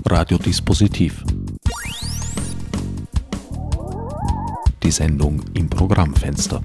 Radiodispositiv. Die Sendung im Programmfenster.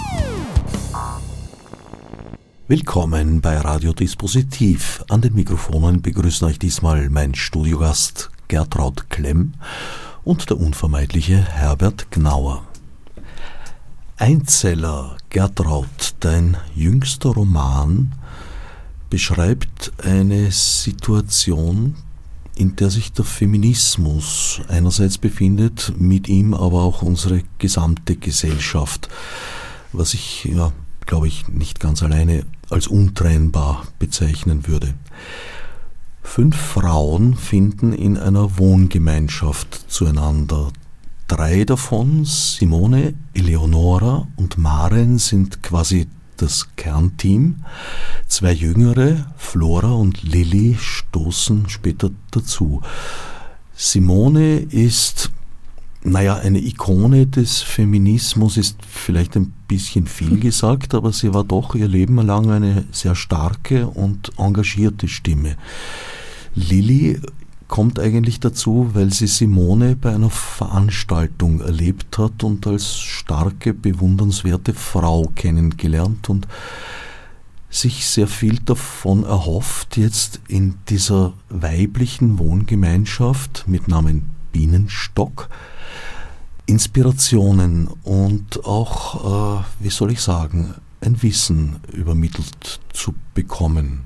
Willkommen bei Radiodispositiv. An den Mikrofonen begrüßen euch diesmal mein Studiogast Gertraud Klemm und der unvermeidliche Herbert Gnauer. Einzeller, Gertraud, dein jüngster Roman beschreibt eine Situation, in der sich der Feminismus einerseits befindet, mit ihm aber auch unsere gesamte Gesellschaft, was ich, glaube ich, nicht ganz alleine als untrennbar bezeichnen würde. 5 Frauen finden in einer Wohngemeinschaft zueinander. 3 davon, Simone, Eleonora und Maren, sind quasi das Kernteam. 2 jüngere, Flora und Lilly, stoßen später dazu. Simone ist, eine Ikone des Feminismus, ist vielleicht ein bisschen viel gesagt, aber sie war doch ihr Leben lang eine sehr starke und engagierte Stimme. Lilly kommt eigentlich dazu, weil sie Simone bei einer Veranstaltung erlebt hat und als starke, bewundernswerte Frau kennengelernt und sich sehr viel davon erhofft, jetzt in dieser weiblichen Wohngemeinschaft mit Namen Bienenstock Inspirationen und auch, ein Wissen übermittelt zu bekommen.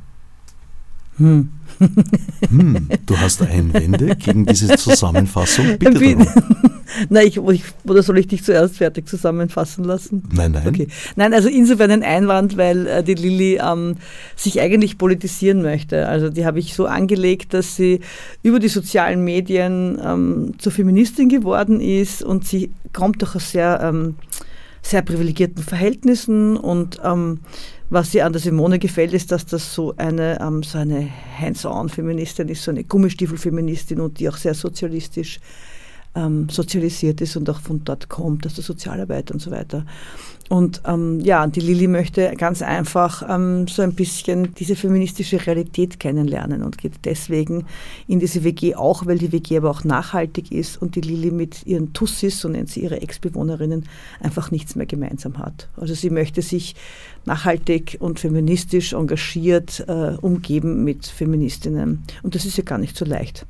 Du hast Einwände gegen diese Zusammenfassung? Bitte darum. Oder soll ich dich zuerst fertig zusammenfassen lassen? Nein. Okay. Nein, also insofern ein Einwand, weil die Lilly sich eigentlich politisieren möchte. Also die habe ich so angelegt, dass sie über die sozialen Medien zur Feministin geworden ist und sie kommt aus sehr privilegierten Verhältnissen und was ihr an der Simone gefällt, ist, dass das so eine Hands-on-Feministin ist, so eine Gummistiefel-Feministin und die auch sehr sozialistisch sozialisiert ist und auch von dort kommt, aus der Sozialarbeit und so weiter. Und die Lilly möchte ganz einfach so ein bisschen diese feministische Realität kennenlernen und geht deswegen in diese WG auch, weil die WG aber auch nachhaltig ist und die Lilly mit ihren Tussis, so nennt sie ihre Ex-Bewohnerinnen, einfach nichts mehr gemeinsam hat. Also sie möchte sich nachhaltig und feministisch engagiert umgeben mit Feministinnen. Und das ist ja gar nicht so leicht.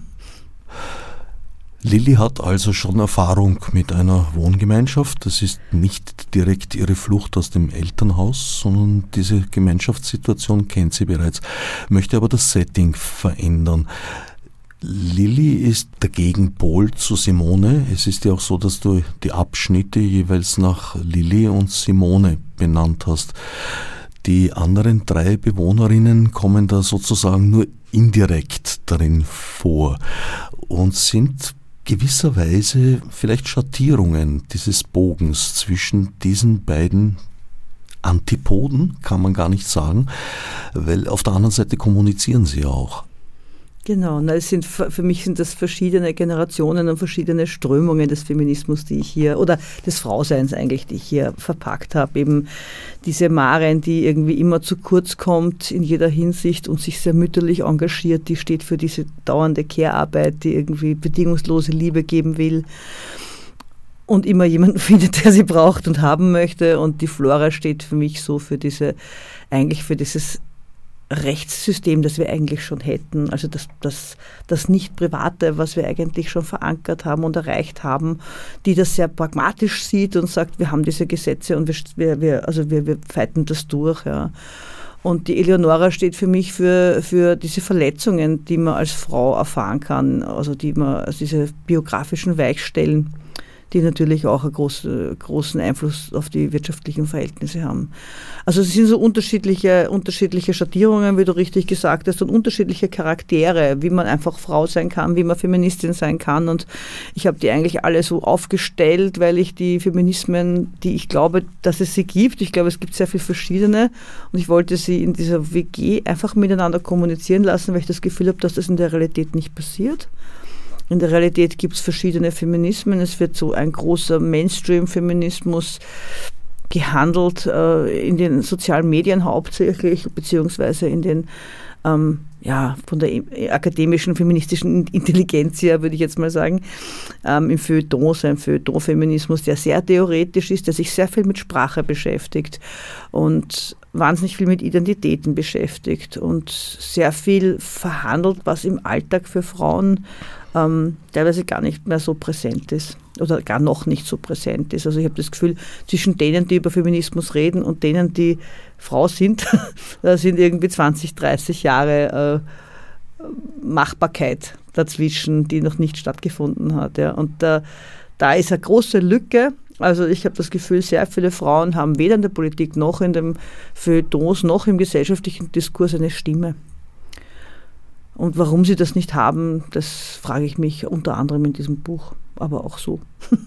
Lilly hat also schon Erfahrung mit einer Wohngemeinschaft. Das ist nicht direkt ihre Flucht aus dem Elternhaus, sondern diese Gemeinschaftssituation kennt sie bereits, möchte aber das Setting verändern. Lilly ist der Gegenpol zu Simone. Es ist ja auch so, dass du die Abschnitte jeweils nach Lilly und Simone benannt hast. Die anderen 3 Bewohnerinnen kommen da sozusagen nur indirekt darin vor und sind gewisserweise vielleicht Schattierungen dieses Bogens zwischen diesen beiden Antipoden, kann man gar nicht sagen, weil auf der anderen Seite kommunizieren sie auch. Genau, für mich sind das verschiedene Generationen und verschiedene Strömungen des Feminismus, die ich hier, oder des Frauseins eigentlich, die ich hier verpackt habe. Eben diese Maren, die irgendwie immer zu kurz kommt in jeder Hinsicht und sich sehr mütterlich engagiert, die steht für diese dauernde Care-Arbeit, die irgendwie bedingungslose Liebe geben will und immer jemanden findet, der sie braucht und haben möchte. Und die Flora steht für mich so für dieses Rechtssystem, das wir eigentlich schon hätten, also das Nicht-Private, was wir eigentlich schon verankert haben und erreicht haben, die das sehr pragmatisch sieht und sagt, wir haben diese Gesetze und wir fighten das durch. Ja. Und die Eleonora steht für mich für diese Verletzungen, die man als Frau erfahren kann, also diese biografischen Weichstellen, die natürlich auch einen großen Einfluss auf die wirtschaftlichen Verhältnisse haben. Also es sind so unterschiedliche Schattierungen, wie du richtig gesagt hast, und unterschiedliche Charaktere, wie man einfach Frau sein kann, wie man Feministin sein kann. Und ich habe die eigentlich alle so aufgestellt, weil ich die Feminismen, die ich glaube, dass es sie gibt, ich glaube, es gibt sehr viele verschiedene, und ich wollte sie in dieser WG einfach miteinander kommunizieren lassen, weil ich das Gefühl habe, dass das in der Realität nicht passiert. In der Realität gibt es verschiedene Feminismen. Es wird so ein großer Mainstream-Feminismus gehandelt in den sozialen Medien hauptsächlich, beziehungsweise in den von der akademischen feministischen Intelligenz her, würde ich jetzt mal sagen, im Feuilleton, so ein Feuilleton-Feminismus, der sehr theoretisch ist, der sich sehr viel mit Sprache beschäftigt und wahnsinnig viel mit Identitäten beschäftigt und sehr viel verhandelt, was im Alltag für Frauen teilweise gar nicht mehr so präsent ist oder gar noch nicht so präsent ist. Also ich habe das Gefühl, zwischen denen, die über Feminismus reden und denen, die Frau sind, da sind irgendwie 20, 30 Jahre Machbarkeit dazwischen, die noch nicht stattgefunden hat. Ja. Und da ist eine große Lücke. Also ich habe das Gefühl, sehr viele Frauen haben weder in der Politik noch in den Feuilletons noch im gesellschaftlichen Diskurs eine Stimme. Und warum sie das nicht haben, das frage ich mich unter anderem in diesem Buch, aber auch so.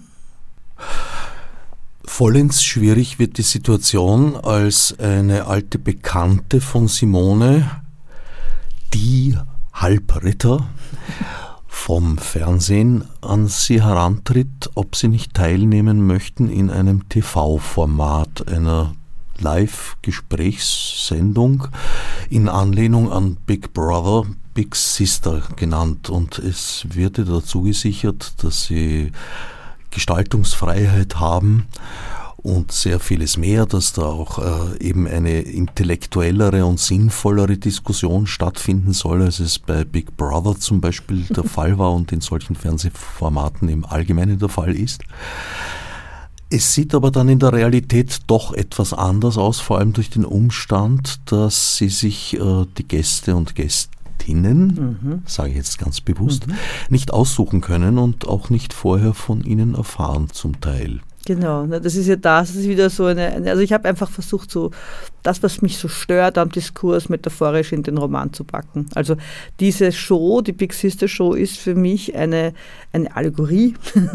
Vollends schwierig wird die Situation, als eine alte Bekannte von Simone, die Halbritter, vom Fernsehen an sie herantritt, ob sie nicht teilnehmen möchten in einem TV-Format, einer Live-Gesprächssendung in Anlehnung an Big Brother, Big Sister genannt. Und es wird ihr dazu gesichert, dass sie Gestaltungsfreiheit haben und sehr vieles mehr, dass da auch eben eine intellektuellere und sinnvollere Diskussion stattfinden soll, als es bei Big Brother zum Beispiel der Fall war und in solchen Fernsehformaten im Allgemeinen der Fall ist. Es sieht aber dann in der Realität doch etwas anders aus, vor allem durch den Umstand, dass sie sich die Gäste und Gästinnen, sage ich jetzt ganz bewusst, nicht aussuchen können und auch nicht vorher von ihnen erfahren zum Teil. Genau, das ist ja wieder so also ich habe einfach versucht, so das, was mich so stört am Diskurs, metaphorisch in den Roman zu packen. Also diese Show, die Big Sister Show, ist für mich eine Allegorie.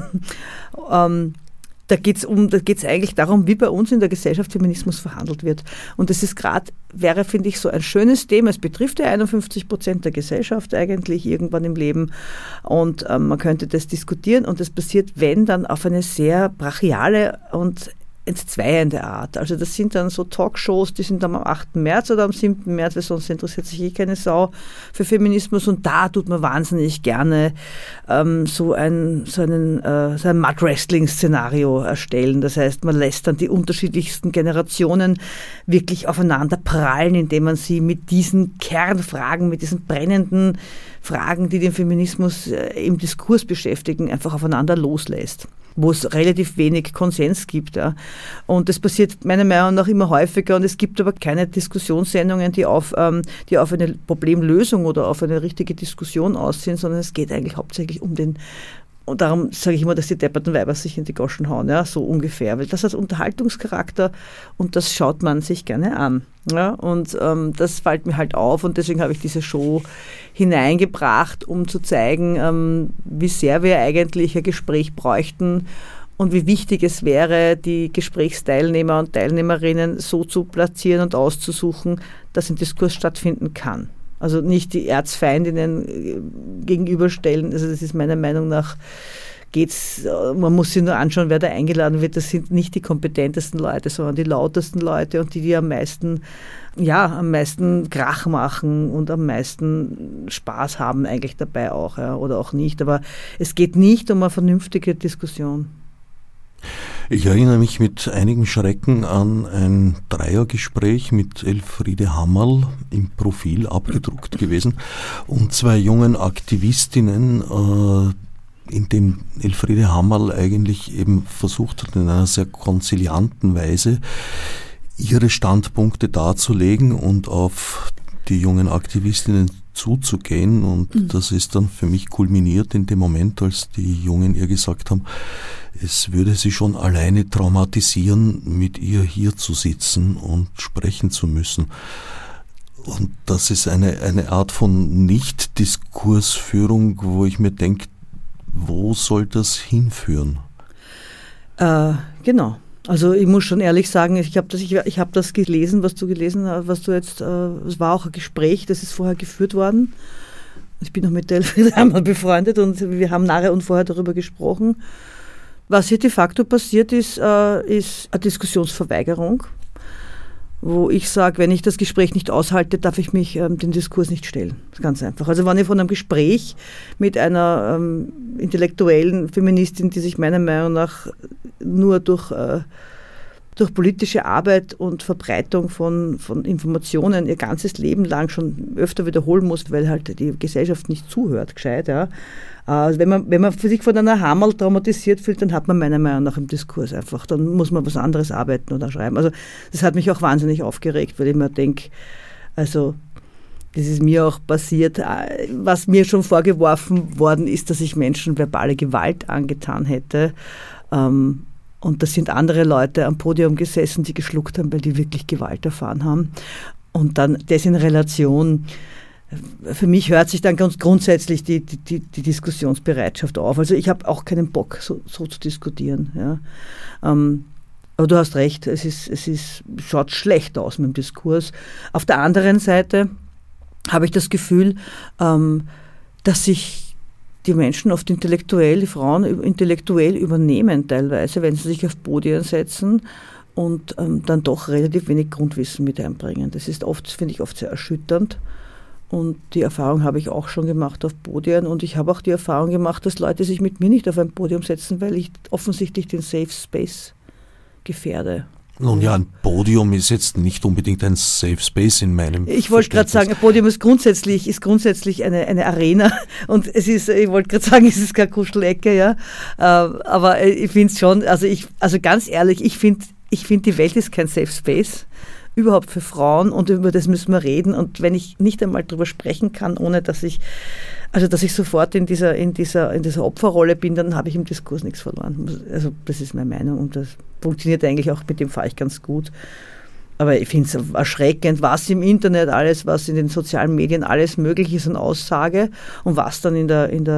Da geht's eigentlich darum, wie bei uns in der Gesellschaft Feminismus verhandelt wird. Und das ist wäre, finde ich, so ein schönes Thema. Es betrifft ja 51% der Gesellschaft eigentlich irgendwann im Leben. Und man könnte das diskutieren. Und das passiert, wenn, dann auf eine sehr brachiale und entzweiende Art. Also das sind dann so Talkshows, die sind am 8. März oder am 7. März, weil sonst interessiert sich keine Sau für Feminismus, und da tut man wahnsinnig gerne so ein Mud-Wrestling-Szenario erstellen. Das heißt, man lässt dann die unterschiedlichsten Generationen wirklich aufeinander prallen, indem man sie mit diesen Kernfragen, mit diesen brennenden Fragen, die den Feminismus im Diskurs beschäftigen, einfach aufeinander loslässt, wo es relativ wenig Konsens gibt. Ja. Und das passiert meiner Meinung nach immer häufiger, und es gibt aber keine Diskussionssendungen, die auf eine Problemlösung oder auf eine richtige Diskussion aussehen, sondern es geht eigentlich hauptsächlich und darum sage ich immer, dass die depperten Weiber sich in die Goschen hauen, ja, so ungefähr. Weil das hat Unterhaltungscharakter und das schaut man sich gerne an. Ja, und das fällt mir halt auf, und deswegen habe ich diese Show hineingebracht, um zu zeigen, wie sehr wir eigentlich ein Gespräch bräuchten und wie wichtig es wäre, die Gesprächsteilnehmer und Teilnehmerinnen so zu platzieren und auszusuchen, dass ein Diskurs stattfinden kann. Also nicht die Erzfeindinnen gegenüberstellen. Also das ist meiner Meinung nach, man muss sich nur anschauen, wer da eingeladen wird. Das sind nicht die kompetentesten Leute, sondern die lautesten Leute und die am meisten Krach machen und am meisten Spaß haben eigentlich dabei auch, ja, oder auch nicht. Aber es geht nicht um eine vernünftige Diskussion. Ich erinnere mich mit einigem Schrecken an ein Dreiergespräch mit Elfriede Hammerl, im Profil abgedruckt gewesen, und zwei jungen Aktivistinnen, in dem Elfriede Hammerl eigentlich eben versucht hat, in einer sehr konzilianten Weise ihre Standpunkte darzulegen und auf die jungen Aktivistinnen zuzugehen. Und das ist dann für mich kulminiert in dem Moment, als die Jungen ihr gesagt haben, es würde sie schon alleine traumatisieren, mit ihr hier zu sitzen und sprechen zu müssen. Und das ist eine Art von Nicht-Diskursführung, wo ich mir denke, wo soll das hinführen? Genau. Also ich muss schon ehrlich sagen, ich habe das gelesen, was du gelesen hast, es war auch ein Gespräch, das ist vorher geführt worden. Ich bin noch mit der Elfriede Hammerl befreundet und wir haben nachher und vorher darüber gesprochen. Was hier de facto passiert ist, ist eine Diskussionsverweigerung. wo ich sage, wenn ich das Gespräch nicht aushalte, darf ich mich den Diskurs nicht stellen. Das ist ganz einfach. Also wenn ich von einem Gespräch mit einer intellektuellen Feministin, die sich meiner Meinung nach nur durch politische Arbeit und Verbreitung von Informationen ihr ganzes Leben lang schon öfter wiederholen muss, weil halt die Gesellschaft nicht zuhört, gescheit. Ja. Also wenn man sich von einer Hammerl traumatisiert fühlt, dann hat man meiner Meinung nach im Diskurs einfach, dann muss man was anderes arbeiten oder schreiben. Also das hat mich auch wahnsinnig aufgeregt, weil ich mir denke, also das ist mir auch passiert, was mir schon vorgeworfen worden ist, dass ich Menschen verbale Gewalt angetan hätte. Und da sind andere Leute am Podium gesessen, die geschluckt haben, weil die wirklich Gewalt erfahren haben. Und dann das in Relation, für mich hört sich dann ganz grundsätzlich die Diskussionsbereitschaft auf. Also ich habe auch keinen Bock, so zu diskutieren. Ja. Aber du hast recht, es schaut schlecht aus mit dem Diskurs. Auf der anderen Seite habe ich das Gefühl, dass sich die Menschen oft intellektuell, die Frauen intellektuell übernehmen teilweise, wenn sie sich auf Podien setzen und dann doch relativ wenig Grundwissen mit einbringen. Das ist oft, finde ich, oft sehr erschütternd. Und die Erfahrung habe ich auch schon gemacht auf Podien. Und ich habe auch die Erfahrung gemacht, dass Leute sich mit mir nicht auf ein Podium setzen, weil ich offensichtlich den Safe Space gefährde. Nun ja, ein Podium ist jetzt nicht unbedingt ein Safe Space in meinem Ich wollte gerade sagen, ein Podium ist grundsätzlich eine Arena und ich wollte gerade sagen, es ist keine Kuschelecke, ja. Aber ich finde es schon, also ganz ehrlich, ich finde, die Welt ist kein Safe Space. Überhaupt für Frauen und über das müssen wir reden. Und wenn ich nicht einmal darüber sprechen kann, ohne dass ich sofort in dieser Opferrolle bin, dann habe ich im Diskurs nichts verloren. Also das ist meine Meinung und das funktioniert eigentlich auch, mit dem fahre ich ganz gut. Aber ich finde es erschreckend, was im Internet alles, was in den sozialen Medien alles möglich ist an Aussage und was dann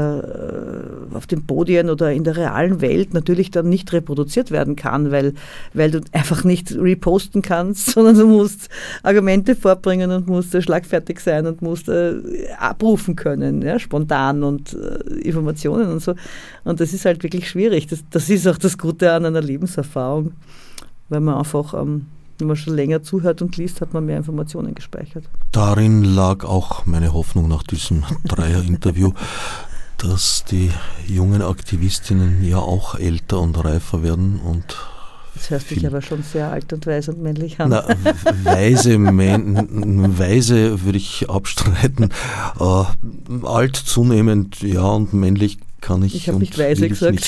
auf den Podien oder in der realen Welt natürlich dann nicht reproduziert werden kann, weil du einfach nicht reposten kannst, sondern du musst Argumente vorbringen und musst schlagfertig sein und musst abrufen können, ja, spontan und Informationen und so. Und das ist halt wirklich schwierig. Das ist auch das Gute an einer Lebenserfahrung, weil man einfach wenn man schon länger zuhört und liest, hat man mehr Informationen gespeichert. Darin lag auch meine Hoffnung nach diesem Dreier-Interview, dass die jungen Aktivistinnen ja auch älter und reifer werden und das hört sich aber schon sehr alt und weise und männlich an. Na, weise würde ich abstreiten. Alt zunehmend, ja, und männlich kann ich. Ich habe nicht weise gesagt.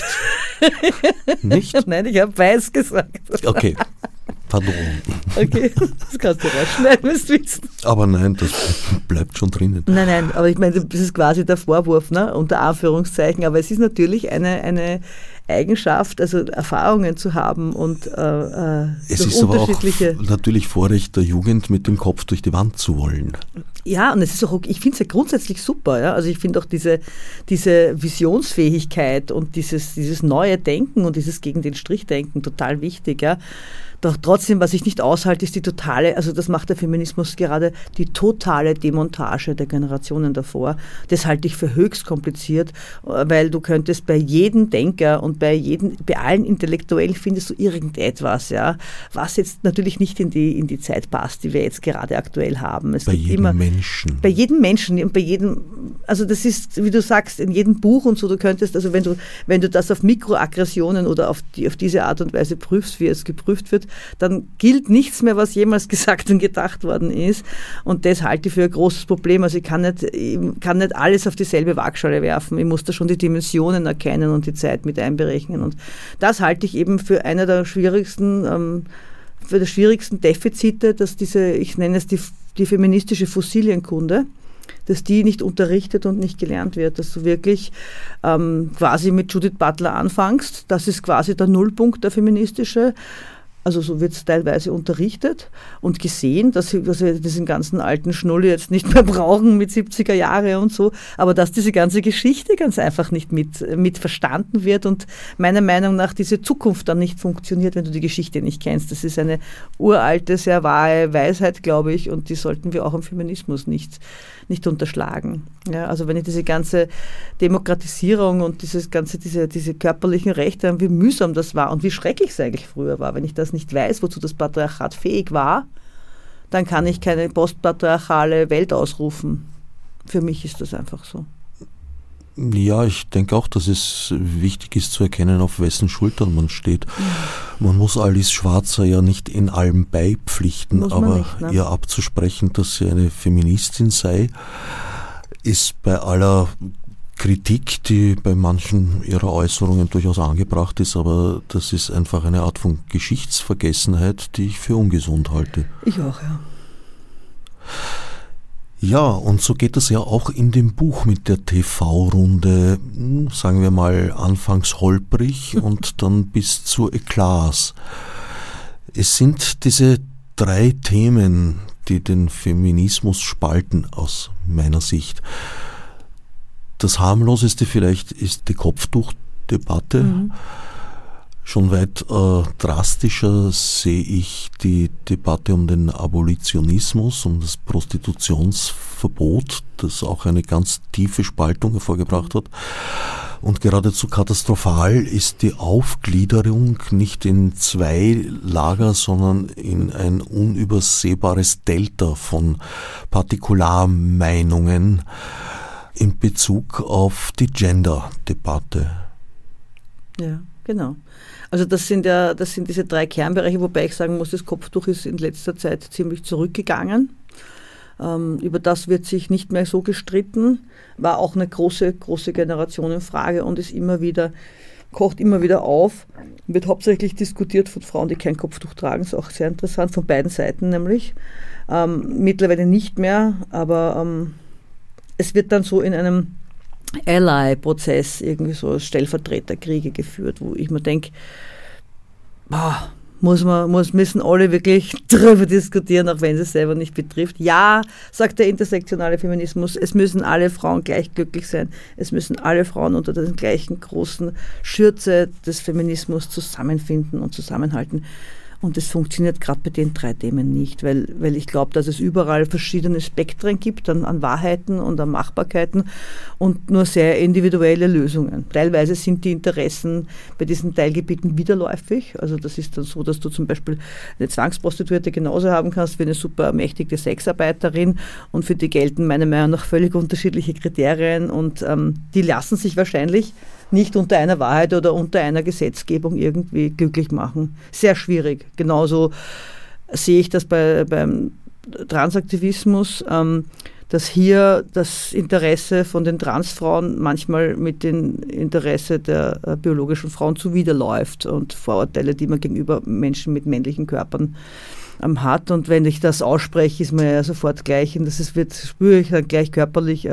Nicht? Nein, ich habe weiß gesagt. Okay. Pardon. Okay, das kannst du rausschneiden, wenn du willst. Aber nein, das bleibt schon drinnen. Nein, aber ich meine, das ist quasi der Vorwurf, ne, unter Anführungszeichen. Aber es ist natürlich eine Eigenschaft, also Erfahrungen zu haben und es ist aber auch natürlich Vorrecht der Jugend, mit dem Kopf durch die Wand zu wollen. Ja, und es ist auch okay. Ich finde es ja grundsätzlich super. Ja? Also ich finde auch diese Visionsfähigkeit und dieses neue Denken und dieses gegen den Strich denken total wichtig. Ja? Doch trotzdem, was ich nicht aushalte, ist die totale, also das macht der Feminismus gerade, die totale Demontage der Generationen davor. Das halte ich für höchst kompliziert, weil du könntest bei jedem Denker und bei allen Intellektuellen findest du irgendetwas, ja, was jetzt natürlich nicht in die Zeit passt, die wir jetzt gerade aktuell haben. Es bei jedem Menschen. Bei jedem Menschen und bei jedem, also das ist, wie du sagst, in jedem Buch und so, du könntest, also wenn du das auf Mikroaggressionen oder auf diese Art und Weise prüfst, wie es geprüft wird, dann gilt nichts mehr, was jemals gesagt und gedacht worden ist. Und das halte ich für ein großes Problem. Also ich kann nicht alles auf dieselbe Waagschale werfen. Ich muss da schon die Dimensionen erkennen und die Zeit mit einberechnen. Und das halte ich eben für einer der schwierigsten Defizite, dass ich nenne es die feministische Fossilienkunde, dass die nicht unterrichtet und nicht gelernt wird, dass du wirklich quasi mit Judith Butler anfängst. Das ist quasi der Nullpunkt, der feministische. Also so wird es teilweise unterrichtet und gesehen, dass wir diesen ganzen alten Schnulli jetzt nicht mehr brauchen mit 70er Jahre und so, aber dass diese ganze Geschichte ganz einfach nicht mit verstanden wird und meiner Meinung nach diese Zukunft dann nicht funktioniert, wenn du die Geschichte nicht kennst. Das ist eine uralte, sehr wahre Weisheit, glaube ich, und die sollten wir auch im Feminismus nicht unterschlagen. Ja, also wenn ich diese ganze Demokratisierung und diese körperlichen Rechte, wie mühsam das war und wie schrecklich es eigentlich früher war, wenn ich das nicht weiß, wozu das Patriarchat fähig war, dann kann ich keine postpatriarchale Welt ausrufen. Für mich ist das einfach so. Ja, ich denke auch, dass es wichtig ist zu erkennen, auf wessen Schultern man steht. Man muss Alice Schwarzer ja nicht in allem beipflichten, aber nicht, ne? Ihr abzusprechen, dass sie eine Feministin sei, ist bei aller Kritik, die bei manchen ihrer Äußerungen durchaus angebracht ist, aber das ist einfach eine Art von Geschichtsvergessenheit, die ich für ungesund halte. Ich auch, ja. Ja, und so geht es ja auch in dem Buch mit der TV-Runde, sagen wir mal, anfangs holprig und dann bis zu Eklas. Es sind diese 3 Themen, die den Feminismus spalten, aus meiner Sicht. Das harmloseste vielleicht ist die Kopftuchdebatte. Mhm. Schon weit drastischer sehe ich die Debatte um den Abolitionismus, um das Prostitutionsverbot, das auch eine ganz tiefe Spaltung hervorgebracht hat. Und geradezu katastrophal ist die Aufgliederung nicht in 2 Lager, sondern in ein unübersehbares Delta von Partikularmeinungen in Bezug auf die Gender-Debatte. Ja, genau. Also das sind diese 3 Kernbereiche, wobei ich sagen muss, das Kopftuch ist in letzter Zeit ziemlich zurückgegangen. Über das wird sich nicht mehr so gestritten, war auch eine große Generationenfrage und kocht immer wieder auf, wird hauptsächlich diskutiert von Frauen, die kein Kopftuch tragen, ist auch sehr interessant, von beiden Seiten nämlich. Mittlerweile nicht mehr, aber es wird dann so in einem Ally-Prozess irgendwie so Stellvertreterkriege geführt, wo ich mir denke, müssen alle wirklich darüber diskutieren, auch wenn es selber nicht betrifft. Ja, sagt der intersektionale Feminismus, es müssen alle Frauen gleich glücklich sein, es müssen alle Frauen unter der gleichen großen Schürze des Feminismus zusammenfinden und zusammenhalten. Und das funktioniert gerade bei den 3 Themen nicht, weil ich glaube, dass es überall verschiedene Spektren gibt an Wahrheiten und an Machbarkeiten und nur sehr individuelle Lösungen. Teilweise sind die Interessen bei diesen Teilgebieten widerläufig. Also das ist dann so, dass du zum Beispiel eine Zwangsprostituierte genauso haben kannst wie eine super ermächtigte Sexarbeiterin und für die gelten meiner Meinung nach völlig unterschiedliche Kriterien und die lassen sich wahrscheinlich nicht unter einer Wahrheit oder unter einer Gesetzgebung irgendwie glücklich machen. Sehr schwierig. Genauso sehe ich das beim Transaktivismus, dass hier das Interesse von den Transfrauen manchmal mit dem Interesse der biologischen Frauen zuwiderläuft und Vorurteile, die man gegenüber Menschen mit männlichen Körpern hat. Und wenn ich das ausspreche, ist man ja sofort gleich, und spüre ich dann gleich körperlich,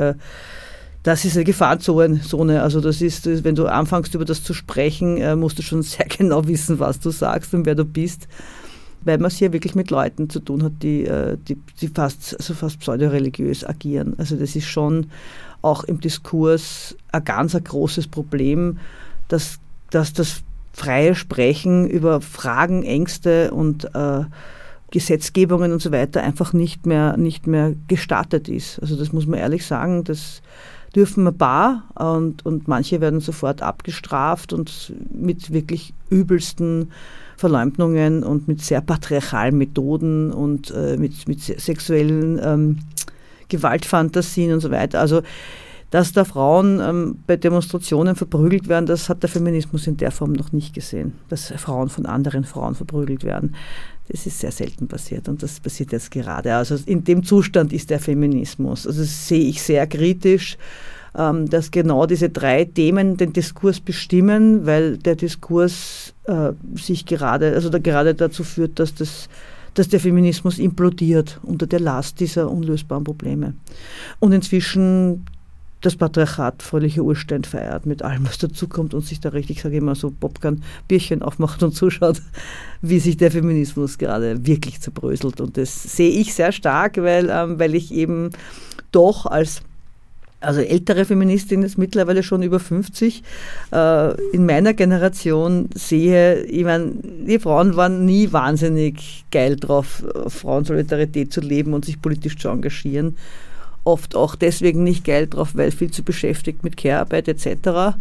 das ist eine Gefahrenzone. Also das ist, wenn du anfängst, über das zu sprechen, musst du schon sehr genau wissen, was du sagst und wer du bist, weil man es hier wirklich mit Leuten zu tun hat, die fast pseudoreligiös agieren. Also das ist schon auch im Diskurs ein großes Problem, dass das freie Sprechen über Fragen, Ängste und Gesetzgebungen und so weiter einfach nicht mehr gestartet ist. Also das muss man ehrlich sagen, das dürfen ein paar und manche werden sofort abgestraft und mit wirklich übelsten Verleumdungen und mit sehr patriarchalen Methoden und mit sexuellen Gewaltfantasien und so weiter. Also dass da Frauen bei Demonstrationen verprügelt werden, das hat der Feminismus in der Form noch nicht gesehen, dass Frauen von anderen Frauen verprügelt werden. Das ist sehr selten passiert und das passiert jetzt gerade. Also in dem Zustand ist der Feminismus. Also das sehe ich sehr kritisch, dass genau diese 3 Themen den Diskurs bestimmen, weil der Diskurs sich gerade dazu führt, dass der Feminismus implodiert unter der Last dieser unlösbaren Probleme. Und inzwischen das Patriarchat fröhliche Urstein feiert mit allem, was dazukommt und sich da richtig, sage ich mal, so Popcorn-Bierchen aufmacht und zuschaut, wie sich der Feminismus gerade wirklich zerbröselt. Und das sehe ich sehr stark, weil ich eben doch als ältere Feministin, ist mittlerweile schon über 50, in meiner Generation sehe, ich meine, die Frauen waren nie wahnsinnig geil drauf, Frauensolidarität zu leben und sich politisch zu engagieren. Oft auch deswegen nicht geil drauf, weil viel zu beschäftigt mit Care-Arbeit etc.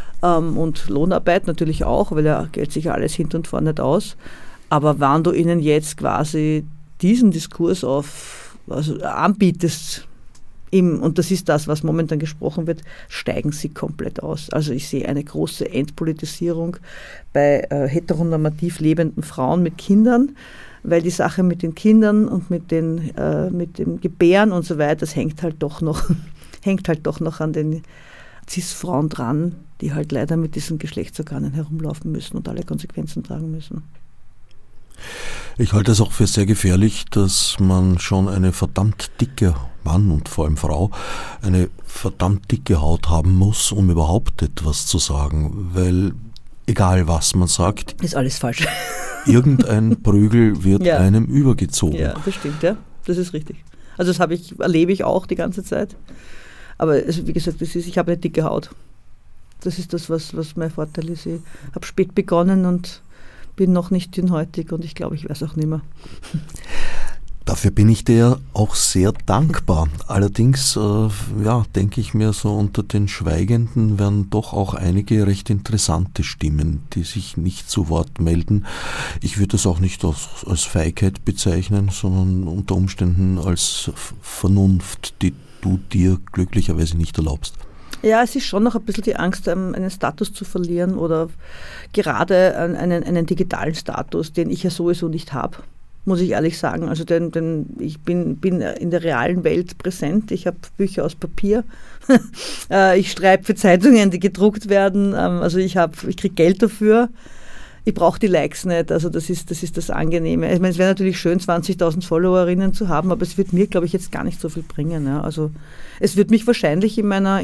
Und Lohnarbeit natürlich auch, weil ja geht sich alles hinten und vorne nicht aus. Aber wenn du ihnen jetzt quasi diesen Diskurs anbietest, und das ist das, was momentan gesprochen wird, steigen sie komplett aus. Also ich sehe eine große Entpolitisierung bei heteronormativ lebenden Frauen mit Kindern, weil die Sache mit den Kindern und mit dem Gebären und so weiter, das hängt halt doch noch an den Cis-Frauen dran, die halt leider mit diesen Geschlechtsorganen herumlaufen müssen und alle Konsequenzen tragen müssen. Ich halte es auch für sehr gefährlich, dass man schon eine verdammt dicke Mann und vor allem Frau eine verdammt dicke Haut haben muss, um überhaupt etwas zu sagen, weil egal was man sagt, ist alles falsch. Irgendein Prügel wird einem übergezogen. Ja, das stimmt, ja, das ist richtig. Also das erlebe ich auch die ganze Zeit. Aber also wie gesagt, ich habe eine dicke Haut. Das ist das, was mein Vorteil ist. Ich habe spät begonnen und bin noch nicht dünnhäutig und ich glaube, ich werde es auch nicht mehr. Dafür bin ich dir auch sehr dankbar. Allerdings, denke ich mir, so unter den Schweigenden werden doch auch einige recht interessante Stimmen, die sich nicht zu Wort melden. Ich würde es auch nicht als Feigheit bezeichnen, sondern unter Umständen als Vernunft, die du dir glücklicherweise nicht erlaubst. Ja, es ist schon noch ein bisschen die Angst, einen Status zu verlieren oder gerade einen digitalen Status, den ich ja sowieso nicht habe, muss ich ehrlich sagen. Also denn ich bin in der realen Welt präsent, ich habe Bücher aus Papier, ich schreibe für Zeitungen, die gedruckt werden, also ich kriege Geld dafür. Ich brauche die Likes nicht, also das ist das Angenehme. Ich meine, es wäre natürlich schön, 20.000 Followerinnen zu haben, aber es wird mir, glaube ich, jetzt gar nicht so viel bringen. Ja. Also es wird mich wahrscheinlich in meiner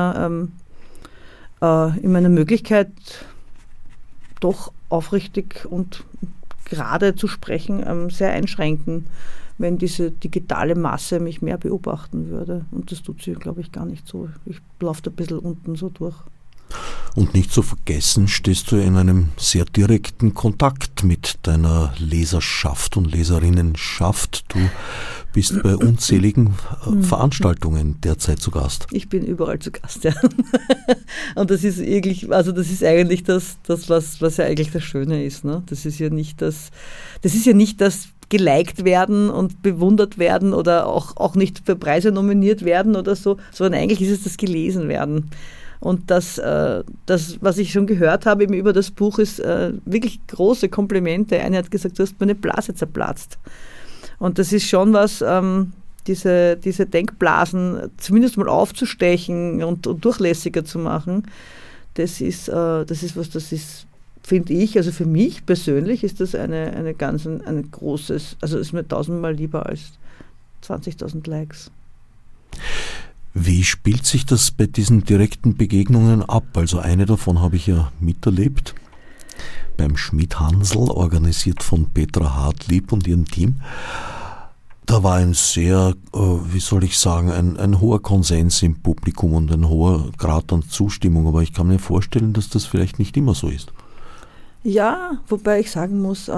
Möglichkeit, doch aufrichtig und gerade zu sprechen, sehr einschränken, wenn diese digitale Masse mich mehr beobachten würde. Und das tut sie, glaube ich, gar nicht so. Ich laufe da ein bisschen unten so durch. Und nicht zu vergessen, stehst du in einem sehr direkten Kontakt mit deiner Leserschaft und Leserinnenschaft. Du bist bei unzähligen Veranstaltungen derzeit zu Gast. Ich bin überall zu Gast, ja. Und das ist eigentlich, das, was ja eigentlich das Schöne ist. Ne? Das ist ja nicht das geliked werden und bewundert werden oder auch nicht für Preise nominiert werden oder so, sondern eigentlich ist es das gelesen werden. Und das, was ich schon gehört habe eben über das Buch, ist wirklich große Komplimente. Eine hat gesagt, du hast meine Blase zerplatzt. Und das ist schon was, diese Denkblasen zumindest mal aufzustechen und durchlässiger zu machen. Das ist, finde ich, also für mich persönlich ist das ein großes, also ist mir 1000-mal lieber als 20.000 Likes. Wie spielt sich das bei diesen direkten Begegnungen ab? Also eine davon habe ich ja miterlebt, beim Schmidt-Hansl, organisiert von Petra Hartlieb und ihrem Team. Da war ein sehr, ein hoher Konsens im Publikum und ein hoher Grad an Zustimmung, aber ich kann mir vorstellen, dass das vielleicht nicht immer so ist. Ja, wobei ich sagen muss,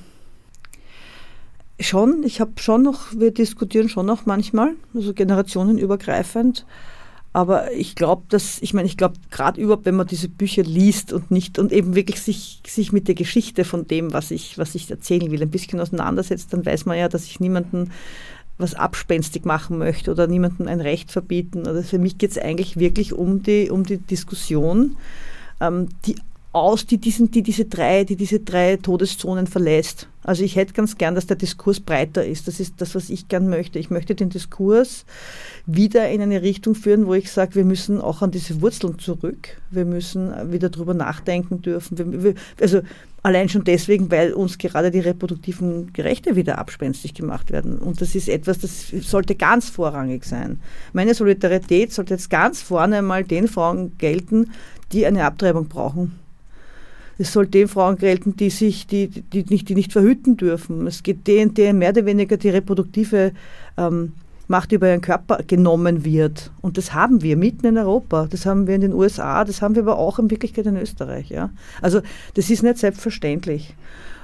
wir diskutieren schon noch manchmal, also generationenübergreifend, aber ich glaube, gerade überhaupt, wenn man diese Bücher liest und eben wirklich sich mit der Geschichte von dem, was ich erzählen will, ein bisschen auseinandersetzt, dann weiß man ja, dass ich niemanden was abspenstig machen möchte oder niemandem ein Recht verbieten. Oder für mich geht es eigentlich wirklich um die Diskussion, die diese drei Todeszonen verlässt. Also ich hätte ganz gern, dass der Diskurs breiter ist. Das ist das, was ich gern möchte. Ich möchte den Diskurs wieder in eine Richtung führen, wo ich sage, wir müssen auch an diese Wurzeln zurück. Wir müssen wieder drüber nachdenken dürfen. Also allein schon deswegen, weil uns gerade die reproduktiven Rechte wieder abspenstig gemacht werden. Und das ist etwas, das sollte ganz vorrangig sein. Meine Solidarität sollte jetzt ganz vorne mal den Frauen gelten, die eine Abtreibung brauchen. Es soll den Frauen gelten, die nicht verhüten dürfen. Es geht denen mehr oder weniger die reproduktive Macht über ihren Körper genommen wird. Und das haben wir mitten in Europa. Das haben wir in den USA, das haben wir aber auch in Wirklichkeit in Österreich. Ja? Also das ist nicht selbstverständlich.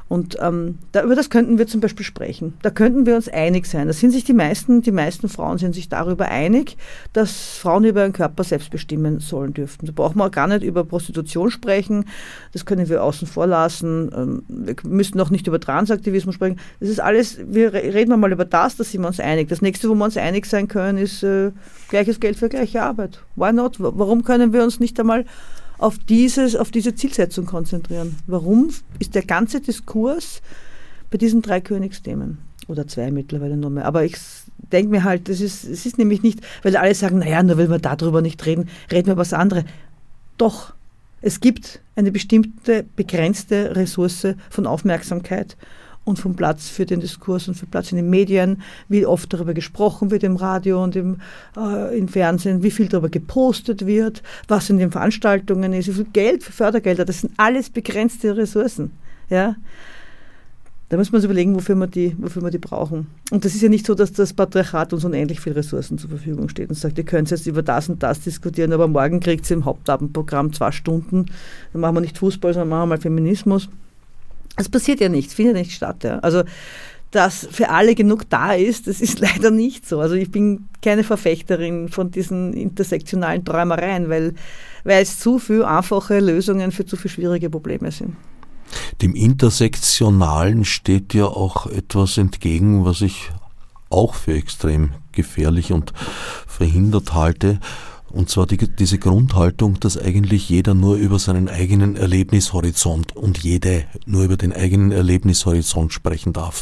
Und über das könnten wir zum Beispiel sprechen. Da könnten wir uns einig sein. Da sind sich die meisten Frauen sind sich darüber einig, dass Frauen über ihren Körper selbst bestimmen sollen dürfen. Da brauchen wir gar nicht über Prostitution sprechen. Das können wir außen vor lassen. Wir müssen auch nicht über Transaktivismus sprechen. Das ist alles, reden wir mal über das, da sind wir uns einig. Das nächste, wo wir uns einig sein können, ist gleiches Geld für gleiche Arbeit. Why not? Warum können wir uns nicht einmal auf diese Zielsetzung konzentrieren? Warum ist der ganze Diskurs bei diesen 3 Königsthemen? Oder 2 mittlerweile nur mehr. Aber ich denke mir halt, es ist nämlich nicht, weil alle sagen, naja, nur weil wir darüber nicht reden, reden wir über was anderes. Doch, es gibt eine bestimmte, begrenzte Ressource von Aufmerksamkeit und vom Platz für den Diskurs und für Platz in den Medien, wie oft darüber gesprochen wird im Radio und im Fernsehen, wie viel darüber gepostet wird, was in den Veranstaltungen ist, wie viel Geld für Fördergelder, das sind alles begrenzte Ressourcen. Ja? Da muss man sich überlegen, wofür wir die brauchen. Und das ist ja nicht so, dass das Patriarchat uns unendlich viel Ressourcen zur Verfügung steht und sagt, ihr könnt jetzt über das und das diskutieren, aber morgen kriegt ihr im Hauptabendprogramm 2 Stunden, dann machen wir nicht Fußball, sondern machen wir mal Feminismus. Es passiert ja nichts, findet nicht statt. Ja. Also, dass für alle genug da ist, das ist leider nicht so. Also ich bin keine Verfechterin von diesen intersektionalen Träumereien, weil es zu viele einfache Lösungen für zu viele schwierige Probleme sind. Dem Intersektionalen steht ja auch etwas entgegen, was ich auch für extrem gefährlich und verhindert halte. Und zwar diese Grundhaltung, dass eigentlich jeder nur über seinen eigenen Erlebnishorizont und jede nur über den eigenen Erlebnishorizont sprechen darf.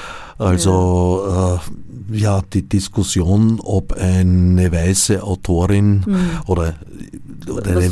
Also die Diskussion, ob eine weiße Autorin oder eine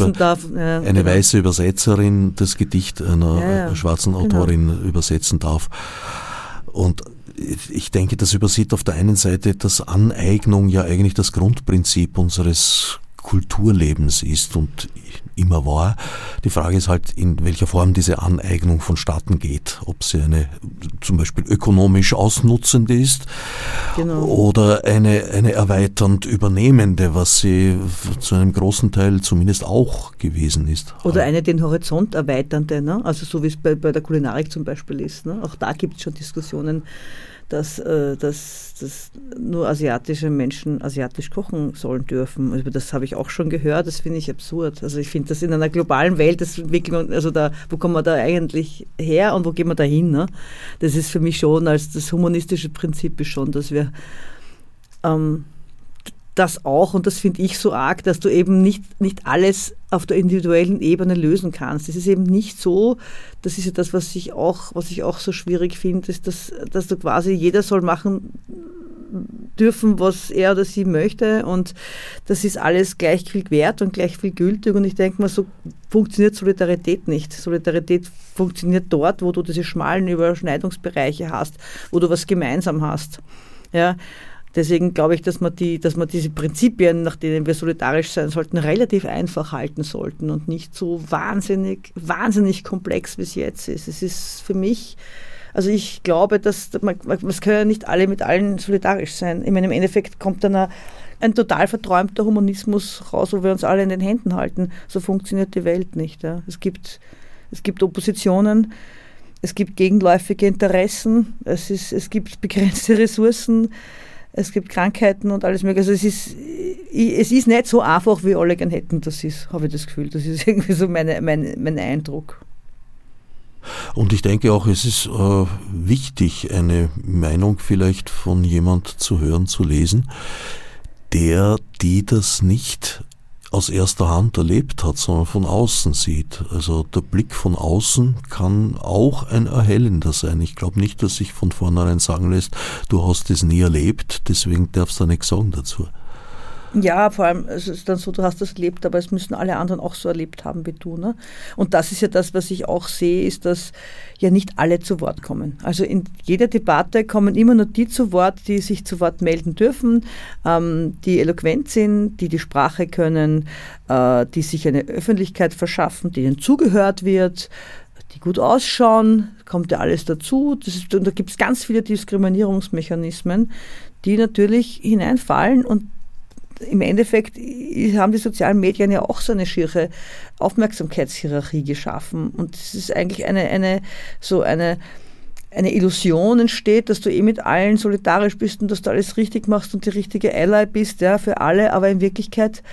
weiße Übersetzerin das Gedicht einer schwarzen Autorin übersetzen darf. Und ich denke, das übersieht auf der einen Seite, dass Aneignung ja eigentlich das Grundprinzip unseres Kulturlebens ist und immer war. Die Frage ist halt, in welcher Form diese Aneignung vonstatten geht. Ob sie eine zum Beispiel ökonomisch ausnutzende ist oder eine erweiternd übernehmende, was sie zu einem großen Teil zumindest auch gewesen ist. Oder eine den Horizont erweiternde, ne? Also so wie es bei der Kulinarik zum Beispiel ist. Ne? Auch da gibt es schon Diskussionen, dass nur asiatische Menschen asiatisch kochen sollen dürfen. Also das habe ich auch schon gehört, das finde ich absurd. Also ich finde das in einer globalen Welt, wo kommen wir da eigentlich her und wo gehen wir da hin? Ne? Das ist für mich schon, als das humanistische Prinzip ist schon, dass wir das auch, und das finde ich so arg, dass du eben nicht alles auf der individuellen Ebene lösen kannst. Das ist eben nicht so, das ist ja das, was ich auch so schwierig finde, ist, dass du quasi, jeder soll machen dürfen, was er oder sie möchte, und das ist alles gleich viel wert und gleich viel gültig, und ich denke mal, so funktioniert Solidarität nicht. Solidarität funktioniert dort, wo du diese schmalen Überschneidungsbereiche hast, wo du was gemeinsam hast. Ja. Deswegen glaube ich, dass man diese Prinzipien, nach denen wir solidarisch sein sollten, relativ einfach halten sollten und nicht so wahnsinnig komplex, wie es jetzt ist. Es ist für mich, also ich glaube, dass man können ja nicht alle mit allen solidarisch sein. Ich meine, im Endeffekt kommt dann ein total verträumter Humanismus raus, wo wir uns alle in den Händen halten. So funktioniert die Welt nicht. Ja. Es gibt Oppositionen, es gibt gegenläufige Interessen, es gibt begrenzte Ressourcen, es gibt Krankheiten und alles mögliche. Also es ist nicht so einfach, wie alle gern hätten, das ist, habe ich das Gefühl. Das ist irgendwie so mein Eindruck. Und ich denke auch, es ist wichtig, eine Meinung vielleicht von jemand zu hören, zu lesen, die das nicht aus erster Hand erlebt hat, sondern von außen sieht. Also der Blick von außen kann auch ein erhellender sein. Ich glaube nicht, dass sich von vornherein sagen lässt, du hast es nie erlebt, deswegen darfst du nichts sagen dazu. Ja, vor allem, es ist dann so, du hast das erlebt, aber es müssen alle anderen auch so erlebt haben wie du. Ne? Und das ist ja das, was ich auch sehe, ist, dass ja nicht alle zu Wort kommen. Also in jeder Debatte kommen immer nur die zu Wort, die sich zu Wort melden dürfen, die eloquent sind, die Sprache können, die sich eine Öffentlichkeit verschaffen, denen zugehört wird, die gut ausschauen, kommt ja alles dazu. Und da gibt es ganz viele Diskriminierungsmechanismen, die natürlich hineinfallen, und im Endeffekt haben die sozialen Medien ja auch so eine schiere Aufmerksamkeitshierarchie geschaffen. Und es ist eigentlich eine Illusion entsteht, dass du mit allen solidarisch bist und dass du alles richtig machst und die richtige Ally bist, ja, für alle, aber in Wirklichkeit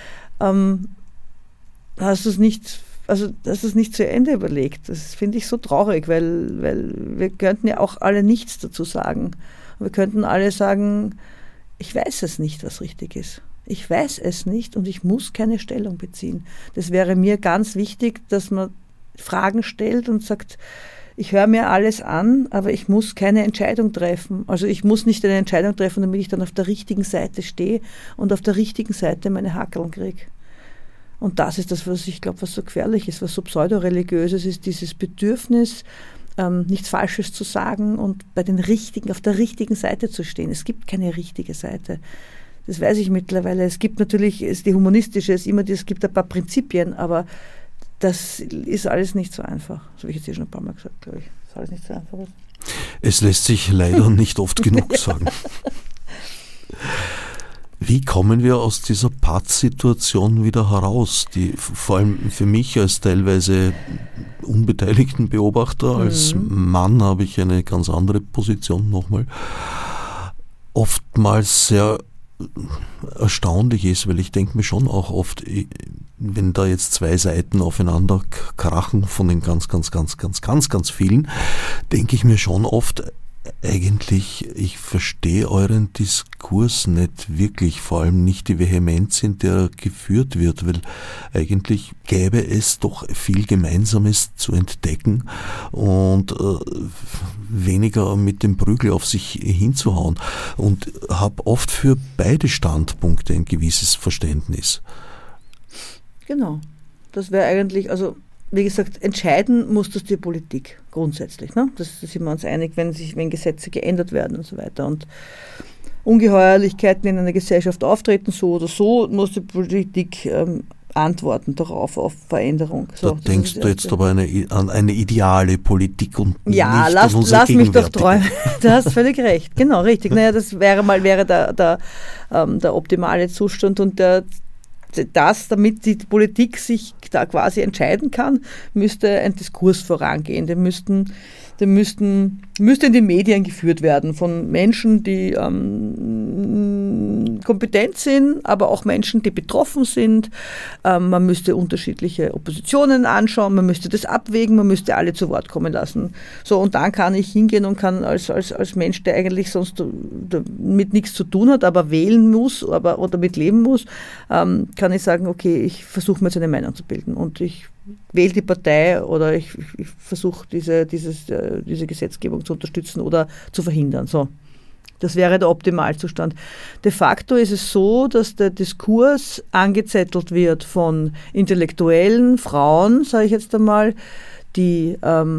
hast du es nicht zu Ende überlegt. Das finde ich so traurig, weil wir könnten ja auch alle nichts dazu sagen. Wir könnten alle sagen, ich weiß es nicht, was richtig ist. Ich weiß es nicht und ich muss keine Stellung beziehen. Das wäre mir ganz wichtig, dass man Fragen stellt und sagt, ich höre mir alles an, aber ich muss keine Entscheidung treffen. Also ich muss nicht eine Entscheidung treffen, damit ich dann auf der richtigen Seite stehe und auf der richtigen Seite meine Hackeln kriege. Und das ist das, was ich glaube, was so gefährlich ist, was so pseudoreligiöses ist, dieses Bedürfnis, nichts Falsches zu sagen und auf der richtigen Seite zu stehen. Es gibt keine richtige Seite. Das weiß ich mittlerweile. Es gibt natürlich, die humanistische, es gibt ein paar Prinzipien, aber das ist alles nicht so einfach. Das habe ich jetzt schon ein paar Mal gesagt, glaube ich. Das ist alles nicht so einfach. Es lässt sich leider nicht oft genug sagen. Wie kommen wir aus dieser Pattsituation wieder heraus, die vor allem für mich als teilweise unbeteiligten Beobachter, als Mann habe ich eine ganz andere Position nochmal, oftmals sehr erstaunlich ist, weil ich denke mir schon auch oft, wenn da jetzt zwei Seiten aufeinander krachen von den ganz vielen, denke ich mir schon oft, eigentlich, ich verstehe euren Diskurs nicht wirklich, vor allem nicht die Vehemenz, in der geführt wird, weil eigentlich gäbe es doch viel Gemeinsames zu entdecken und weniger mit dem Prügel auf sich hinzuhauen, und habe oft für beide Standpunkte ein gewisses Verständnis. Genau, das wäre eigentlich, also wie gesagt, entscheiden muss das die Politik grundsätzlich. Ne? Das sind wir uns einig, wenn Gesetze geändert werden und so weiter. Und Ungeheuerlichkeiten in einer Gesellschaft auftreten, so oder so, muss die Politik antworten darauf, auf Veränderung. So, da denkst du jetzt aber an eine ideale Politik und ja, nicht lass an unsere mich doch gegenwärtige. träumen. Du hast völlig recht. Genau, richtig. Naja, das wäre der optimale Zustand und damit die Politik sich da quasi entscheiden kann, müsste ein Diskurs vorangehen. Der müsste in die Medien geführt werden von Menschen, die kompetent sind, aber auch Menschen, die betroffen sind. Man müsste unterschiedliche Oppositionen anschauen, man müsste das abwägen, man müsste alle zu Wort kommen lassen. So, und dann kann ich hingehen und kann als Mensch, der eigentlich sonst mit nichts zu tun hat, aber wählen muss oder damit leben muss, kann ich sagen, okay, ich versuche mir jetzt eine Meinung zu bilden und ich wähle die Partei oder ich versuche diese Gesetzgebung zu unterstützen oder zu verhindern. So. Das wäre der Optimalzustand. De facto ist es so, dass der Diskurs angezettelt wird von intellektuellen Frauen, sage ich jetzt einmal, die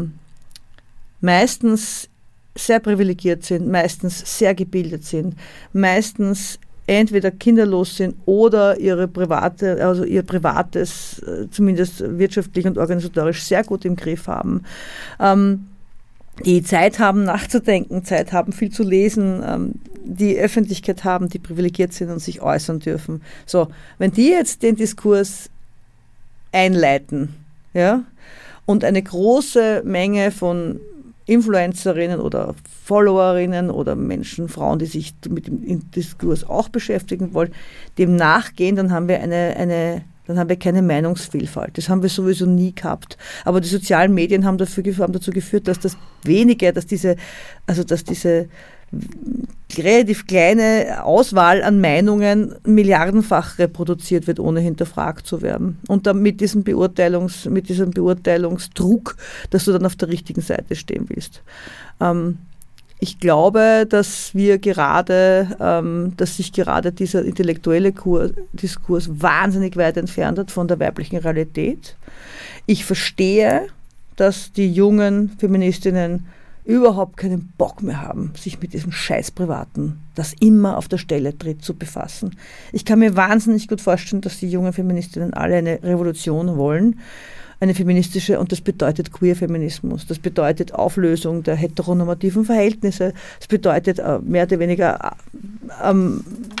meistens sehr privilegiert sind, meistens sehr gebildet sind, meistens entweder kinderlos sind oder ihr Privates zumindest wirtschaftlich und organisatorisch sehr gut im Griff haben. Die Zeit haben nachzudenken, Zeit haben viel zu lesen, die Öffentlichkeit haben, die privilegiert sind und sich äußern dürfen. So, wenn die jetzt den Diskurs einleiten, ja, und eine große Menge von Influencerinnen oder Followerinnen oder Menschen, Frauen, die sich mit dem Diskurs auch beschäftigen wollen, dem nachgehen, dann haben wir keine Meinungsvielfalt. Das haben wir sowieso nie gehabt. Aber die sozialen Medien haben dazu geführt, dass diese relativ kleine Auswahl an Meinungen milliardenfach reproduziert wird, ohne hinterfragt zu werden. Und dann mit diesem Beurteilungsdruck, dass du dann auf der richtigen Seite stehen willst. Ich glaube, dass sich gerade dieser intellektuelle Diskurs wahnsinnig weit entfernt hat von der weiblichen Realität. Ich verstehe, dass die jungen Feministinnen überhaupt keinen Bock mehr haben, sich mit diesem Scheiß Privaten, das immer auf der Stelle tritt, zu befassen. Ich kann mir wahnsinnig gut vorstellen, dass die jungen Feministinnen alle eine Revolution wollen, eine feministische, und das bedeutet Queer-Feminismus, das bedeutet Auflösung der heteronormativen Verhältnisse, das bedeutet mehr oder weniger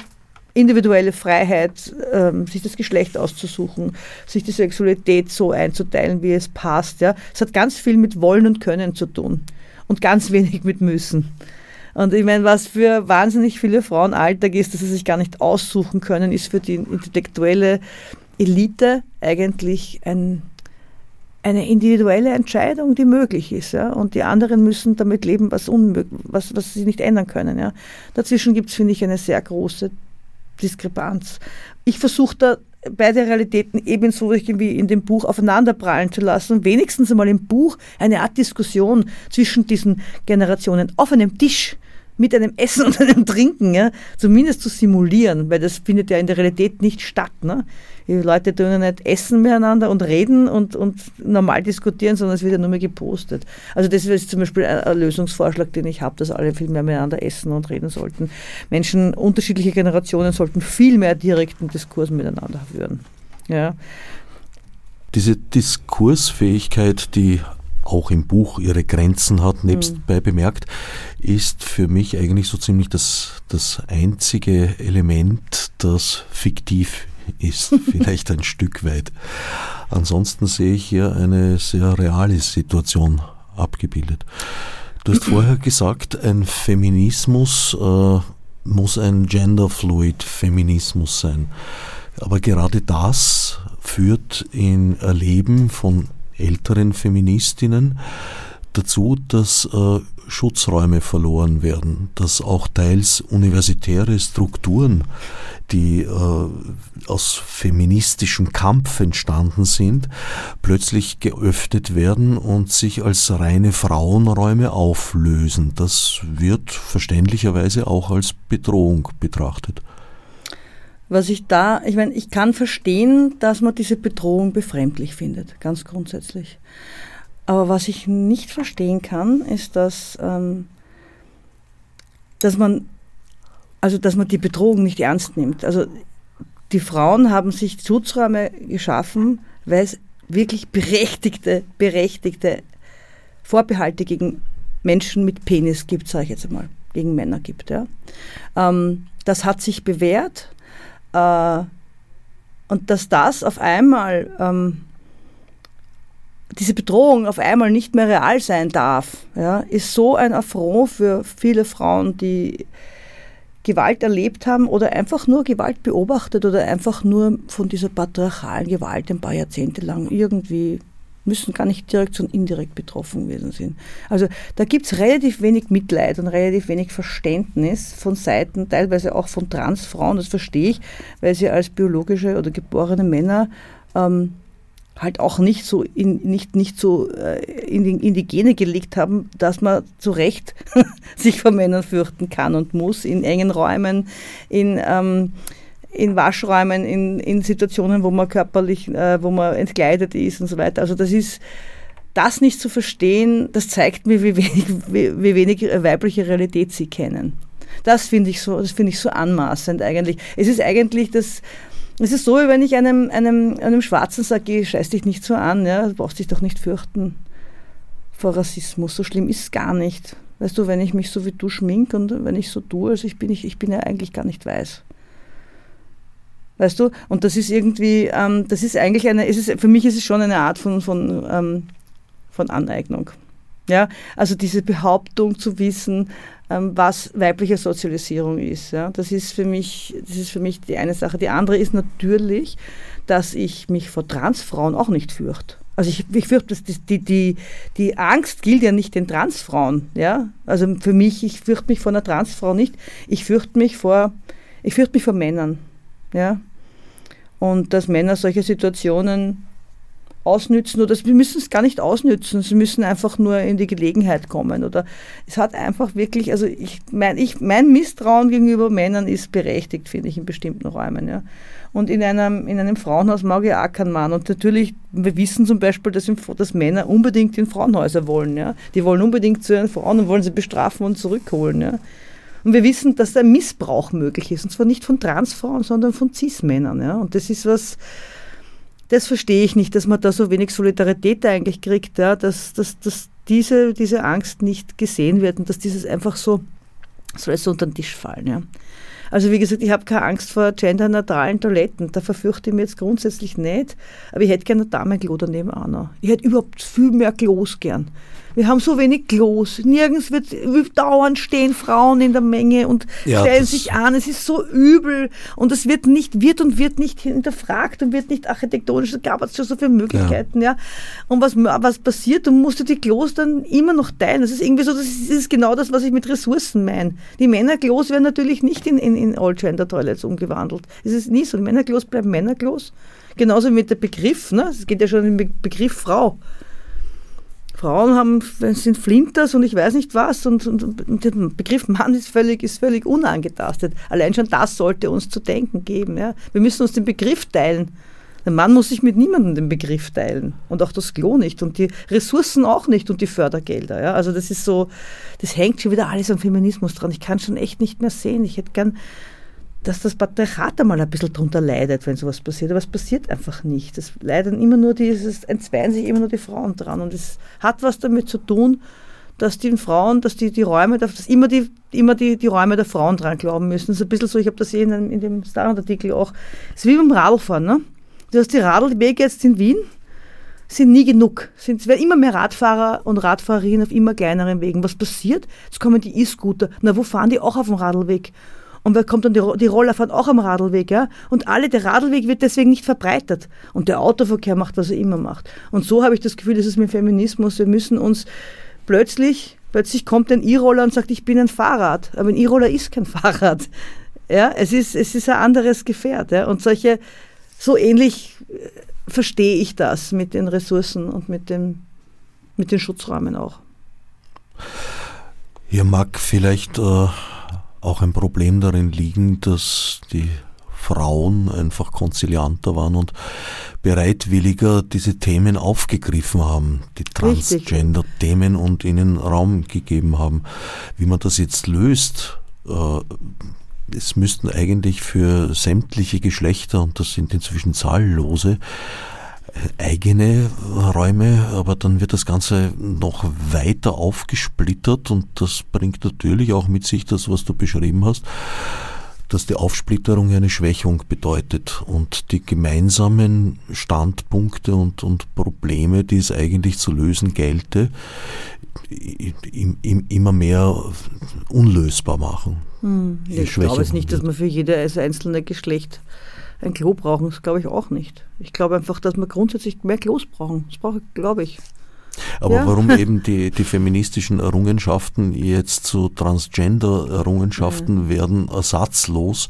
individuelle Freiheit, sich das Geschlecht auszusuchen, sich die Sexualität so einzuteilen, wie es passt. Ja. Es hat ganz viel mit Wollen und Können zu tun und ganz wenig mit Müssen. Und ich meine, was für wahnsinnig viele Frauen Alltag ist, dass sie sich gar nicht aussuchen können, ist für die intellektuelle Elite eigentlich eine individuelle Entscheidung, die möglich ist. Ja? Und die anderen müssen damit leben, was sie nicht ändern können. Ja? Dazwischen gibt es, finde ich, eine sehr große Diskrepanz. Ich versuche da beide Realitäten ebenso irgendwie in dem Buch aufeinanderprallen zu lassen und wenigstens einmal im Buch eine Art Diskussion zwischen diesen Generationen auf einem Tisch mit einem Essen und einem Trinken, ja, zumindest zu simulieren, weil das findet ja in der Realität nicht statt. Ne? Die Leute tun ja nicht essen miteinander und reden und normal diskutieren, sondern es wird ja nur mehr gepostet. Also das ist zum Beispiel ein Lösungsvorschlag, den ich habe, dass alle viel mehr miteinander essen und reden sollten. Menschen unterschiedlicher Generationen sollten viel mehr direkten Diskurs miteinander führen. Ja. Diese Diskursfähigkeit, die auch im Buch ihre Grenzen hat, nebstbei bemerkt, ist für mich eigentlich so ziemlich das einzige Element, das fiktiv ist, vielleicht ein Stück weit. Ansonsten sehe ich hier eine sehr reale Situation abgebildet. Du hast vorher gesagt, ein Feminismus muss ein genderfluid Feminismus sein. Aber gerade das führt in Erleben von älteren Feministinnen dazu, dass Schutzräume verloren werden, dass auch teils universitäre Strukturen, die aus feministischem Kampf entstanden sind, plötzlich geöffnet werden und sich als reine Frauenräume auflösen. Das wird verständlicherweise auch als Bedrohung betrachtet. Ich meine, ich kann verstehen, dass man diese Bedrohung befremdlich findet, ganz grundsätzlich. Aber was ich nicht verstehen kann, ist, dass man die Bedrohung nicht ernst nimmt. Also die Frauen haben sich Schutzräume geschaffen, weil es wirklich berechtigte Vorbehalte gegen Menschen mit Penis gibt, sage ich jetzt einmal, gegen Männer gibt. Ja. Das hat sich bewährt. Und dass das auf einmal, diese Bedrohung auf einmal nicht mehr real sein darf, ja, ist so ein Affront für viele Frauen, die Gewalt erlebt haben oder einfach nur Gewalt beobachtet oder einfach nur von dieser patriarchalen Gewalt ein paar Jahrzehnte lang irgendwie müssen gar nicht direkt, sondern indirekt betroffen gewesen sind. Also da gibt es relativ wenig Mitleid und relativ wenig Verständnis von Seiten, teilweise auch von Transfrauen, das verstehe ich, weil sie als biologische oder geborene Männer halt auch nicht so in die Gene gelegt haben, dass man zu Recht sich vor Männern fürchten kann und muss, in engen Räumen, in Waschräumen, in Situationen, wo man körperlich, wo man entkleidet ist und so weiter. Also das nicht zu verstehen, das zeigt mir, wie wenig weibliche Realität sie kennen. Das finde ich so anmaßend eigentlich. Es ist so, wie wenn ich einem Schwarzen sage, scheiß dich nicht so an, ja, du brauchst dich doch nicht fürchten vor Rassismus. So schlimm ist es gar nicht. Weißt du, wenn ich mich so wie du schmink und wenn ich so tue, also ich bin ja eigentlich gar nicht weiß. Weißt du? Und das ist irgendwie, für mich ist es schon eine Art von Aneignung. Ja? Also diese Behauptung zu wissen, was weibliche Sozialisierung ist. Ja? Das ist für mich die eine Sache. Die andere ist natürlich, dass ich mich vor Transfrauen auch nicht fürchte. Also ich fürchte, die Angst gilt ja nicht den Transfrauen. Ja? Also für mich, ich fürchte mich vor einer Transfrau nicht. Ich fürchte mich vor Männern. Ja? Und dass Männer solche Situationen ausnützen oder wir müssen es gar nicht ausnützen, sie müssen einfach nur in die Gelegenheit kommen oder es hat einfach wirklich, also mein Misstrauen gegenüber Männern ist berechtigt, finde ich, in bestimmten Räumen, ja. Und in einem Frauenhaus mag ich auch keinen Mann und natürlich, wir wissen zum Beispiel, dass Männer unbedingt in Frauenhäuser wollen, ja. Die wollen unbedingt zu ihren Frauen und wollen sie bestrafen und zurückholen, ja. Und wir wissen, dass da Missbrauch möglich ist und zwar nicht von Transfrauen, sondern von Cis-Männern, ja. Und das ist was, das verstehe ich nicht, dass man da so wenig Solidarität eigentlich kriegt, ja, dass diese Angst nicht gesehen wird und dass dieses einfach so soll es unter den Tisch fallen. Ja. Also wie gesagt, ich habe keine Angst vor genderneutralen Toiletten. Da verfürchte ich mich jetzt grundsätzlich nicht. Aber ich hätte gerne ein Damenklo daneben auch noch. Ich hätte überhaupt viel mehr Klos gern. Wir haben so wenig Klos. Nirgends wird dauernd stehen Frauen in der Menge und stellen sich an. Es ist so übel. Und es wird nicht hinterfragt und wird nicht architektonisch. Da gab es schon so viele Möglichkeiten. Ja. Und was passiert? Du musst die Klos dann immer noch teilen. Das ist irgendwie so, das ist genau das, was ich mit Ressourcen meine. Die Männerklos werden natürlich nicht in All-Gender-Toilets umgewandelt. Es ist nie so. Die Männerklos bleiben Männerklos. Genauso mit dem Begriff. Ne? Es geht ja schon um den Begriff Frau. Frauen sind Flinters und ich weiß nicht was und der Begriff Mann ist völlig unangetastet. Allein schon das sollte uns zu denken geben. Ja. Wir müssen uns den Begriff teilen. Der Mann muss sich mit niemandem den Begriff teilen und auch das Klo nicht und die Ressourcen auch nicht und die Fördergelder. Ja. Also das ist so, das hängt schon wieder alles am Feminismus dran. Ich kann schon echt nicht mehr sehen. Ich hätte gern, dass das Patriarchat einmal ein bisschen drunter leidet, wenn sowas passiert. Aber es passiert einfach nicht. Es leiden immer nur entzweien sich immer nur die Frauen dran. Und es hat was damit zu tun, dass die Frauen, dass die Räume, dass immer die Räume der Frauen dran glauben müssen. Das ist ein bisschen so, ich habe das hier in dem Standard-Artikel auch. Es ist wie beim Radlfahren. Ne? Du hast die Radlwege jetzt in Wien, sind nie genug. Es werden immer mehr Radfahrer und Radfahrerinnen auf immer kleineren Wegen. Was passiert? Jetzt kommen die E-Scooter. Na, wo fahren die? Auch auf dem Radlweg. Und wer kommt dann, die Roller fahren auch am Radlweg, ja? Und der Radlweg wird deswegen nicht verbreitert. Und der Autoverkehr macht, was er immer macht. Und so habe ich das Gefühl, das ist mit Feminismus. Wir müssen uns plötzlich kommt ein E-Roller und sagt, ich bin ein Fahrrad. Aber ein E-Roller ist kein Fahrrad. Ja? Es ist ein anderes Gefährt. Ja? Und so ähnlich verstehe ich das mit den Ressourcen und mit den Schutzräumen auch. Hier mag vielleicht auch ein Problem darin liegen, dass die Frauen einfach konzilianter waren und bereitwilliger diese Themen aufgegriffen haben, die Transgender-Themen und ihnen Raum gegeben haben. Wie man das jetzt löst, es müssten eigentlich für sämtliche Geschlechter, und das sind inzwischen zahllose, eigene Räume, aber dann wird das Ganze noch weiter aufgesplittert und das bringt natürlich auch mit sich das, was du beschrieben hast, dass die Aufsplitterung eine Schwächung bedeutet und die gemeinsamen Standpunkte und Probleme, die es eigentlich zu lösen gelte, immer mehr unlösbar machen. Ich glaube es nicht, dass man für jedes einzelne Geschlecht ein Klo brauchen, das glaube ich auch nicht. Ich glaube einfach, dass wir grundsätzlich mehr Klos brauchen. Das glaube ich. Aber warum eben die feministischen Errungenschaften jetzt zu Transgender-Errungenschaften werden ersatzlos?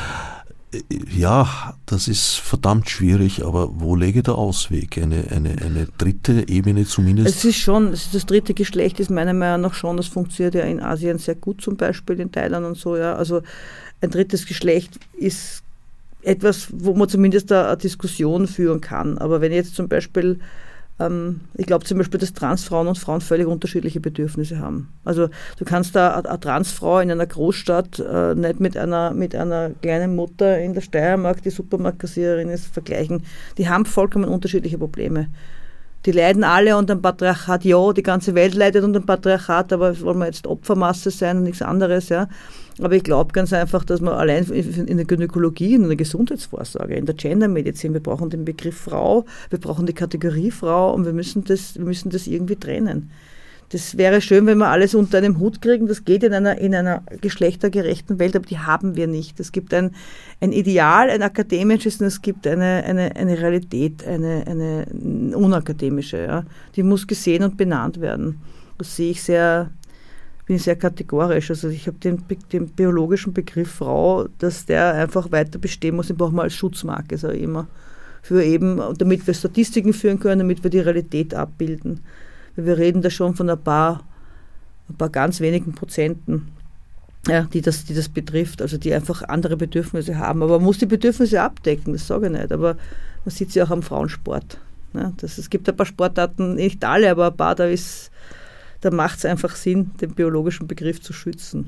Ja, das ist verdammt schwierig, aber wo läge der Ausweg? Eine dritte Ebene zumindest? Das dritte Geschlecht ist meiner Meinung nach schon, das funktioniert ja in Asien sehr gut, zum Beispiel in Thailand und so. Ja. Also ein drittes Geschlecht ist etwas, wo man zumindest eine Diskussion führen kann. Aber wenn jetzt zum Beispiel, ich glaube zum Beispiel, dass Transfrauen und Frauen völlig unterschiedliche Bedürfnisse haben. Also du kannst da eine Transfrau in einer Großstadt nicht mit einer kleinen Mutter in der Steiermark, die Supermarktkassiererin ist, vergleichen. Die haben vollkommen unterschiedliche Probleme. Die leiden alle unter dem Patriarchat, ja, die ganze Welt leidet unter dem Patriarchat, aber wollen wir jetzt Opfermasse sein und nichts anderes, ja. Aber ich glaube ganz einfach, dass man allein in der Gynäkologie, in der Gesundheitsvorsorge, in der Gendermedizin, wir brauchen den Begriff Frau, wir brauchen die Kategorie Frau und wir müssen das irgendwie trennen. Das wäre schön, wenn wir alles unter einem Hut kriegen. Das geht in einer geschlechtergerechten Welt, aber die haben wir nicht. Es gibt ein Ideal, ein akademisches, und es gibt eine Realität, eine unakademische. Ja. Die muss gesehen und benannt werden. Das sehe ich bin ich sehr kategorisch. Also ich habe den biologischen Begriff Frau, dass der einfach weiter bestehen muss, den brauchen wir als Schutzmarke, sage ich immer. Damit wir Statistiken führen können, damit wir die Realität abbilden. Wir reden da schon von ein paar ganz wenigen Prozenten, ja, die das betrifft, also die einfach andere Bedürfnisse haben. Aber man muss die Bedürfnisse abdecken, das sage ich nicht. Aber man sieht es ja auch am Frauensport. Ja, es gibt ein paar Sportarten, nicht alle, aber ein paar, da macht es einfach Sinn, den biologischen Begriff zu schützen.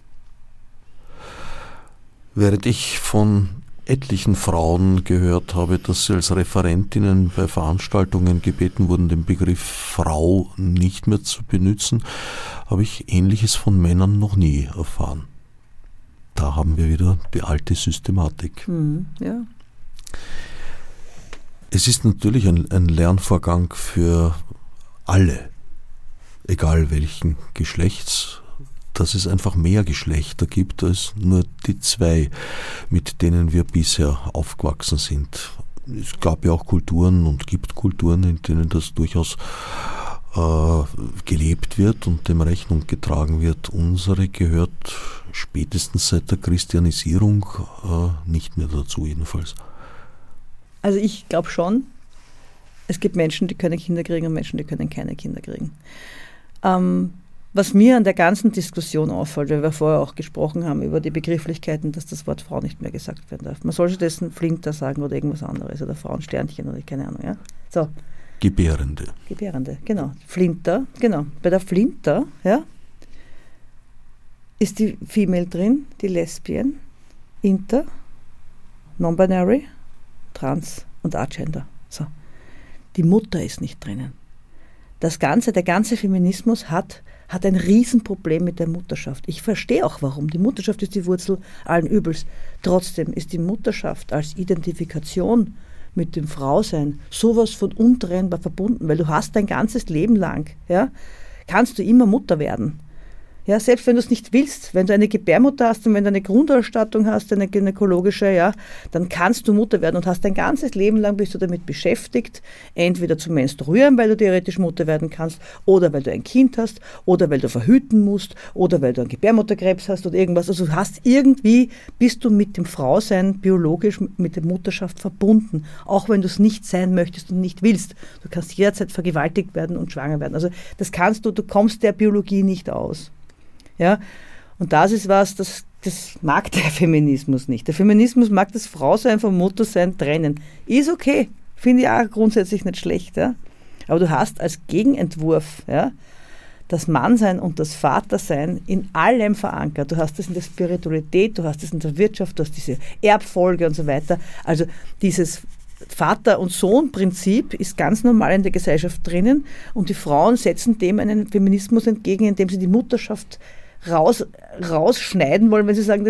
Während ich von etlichen Frauen gehört habe, dass sie als Referentinnen bei Veranstaltungen gebeten wurden, den Begriff Frau nicht mehr zu benutzen, habe ich Ähnliches von Männern noch nie erfahren. Da haben wir wieder die alte Systematik. Ja. Es ist natürlich ein Lernvorgang für alle, egal welchen Geschlechts, dass es einfach mehr Geschlechter gibt als nur die zwei, mit denen wir bisher aufgewachsen sind. Es gab ja auch Kulturen und gibt Kulturen, in denen das durchaus gelebt wird und dem Rechnung getragen wird. Unsere gehört spätestens seit der Christianisierung nicht mehr dazu jedenfalls. Also ich glaube schon, es gibt Menschen, die können Kinder kriegen und Menschen, die können keine Kinder kriegen. Was mir an der ganzen Diskussion auffällt, weil wir vorher auch gesprochen haben über die Begrifflichkeiten, dass das Wort Frau nicht mehr gesagt werden darf. Man soll stattdessen Flinter sagen oder irgendwas anderes oder Frauensternchen oder keine Ahnung. Ja? So. Gebärende, genau. Flinter, genau. Bei der Flinter, ja, ist die Female drin, die Lesbian, Inter, Non-Binary, Trans und Agender. So. Die Mutter ist nicht drinnen. Der ganze Feminismus hat ein Riesenproblem mit der Mutterschaft. Ich verstehe auch warum. Die Mutterschaft ist die Wurzel allen Übels. Trotzdem ist die Mutterschaft als Identifikation mit dem Frausein sowas von untrennbar verbunden, weil du hast dein ganzes Leben lang, ja, kannst du immer Mutter werden. Ja, selbst wenn du es nicht willst, wenn du eine Gebärmutter hast und wenn du eine Grundausstattung hast, eine gynäkologische, ja, dann kannst du Mutter werden und hast dein ganzes Leben lang bist du damit beschäftigt, entweder zu menstruieren, weil du theoretisch Mutter werden kannst, oder weil du ein Kind hast, oder weil du verhüten musst, oder weil du einen Gebärmutterkrebs hast oder irgendwas. Also bist du mit dem Frausein biologisch mit der Mutterschaft verbunden, auch wenn du es nicht sein möchtest und nicht willst. Du kannst jederzeit vergewaltigt werden und schwanger werden. Also du kommst der Biologie nicht aus. Ja, und das ist was, das mag der Feminismus nicht. Der Feminismus mag das Frausein vom Muttersein trennen. Ist okay, finde ich auch grundsätzlich nicht schlecht. Ja? Aber du hast als Gegenentwurf, ja, das Mannsein und das Vatersein in allem verankert. Du hast das in der Spiritualität, du hast das in der Wirtschaft, du hast diese Erbfolge und so weiter. Also dieses Vater- und Sohn-Prinzip ist ganz normal in der Gesellschaft drinnen und die Frauen setzen dem einen Feminismus entgegen, indem sie die Mutterschaft rausschneiden wollen, wenn sie sagen,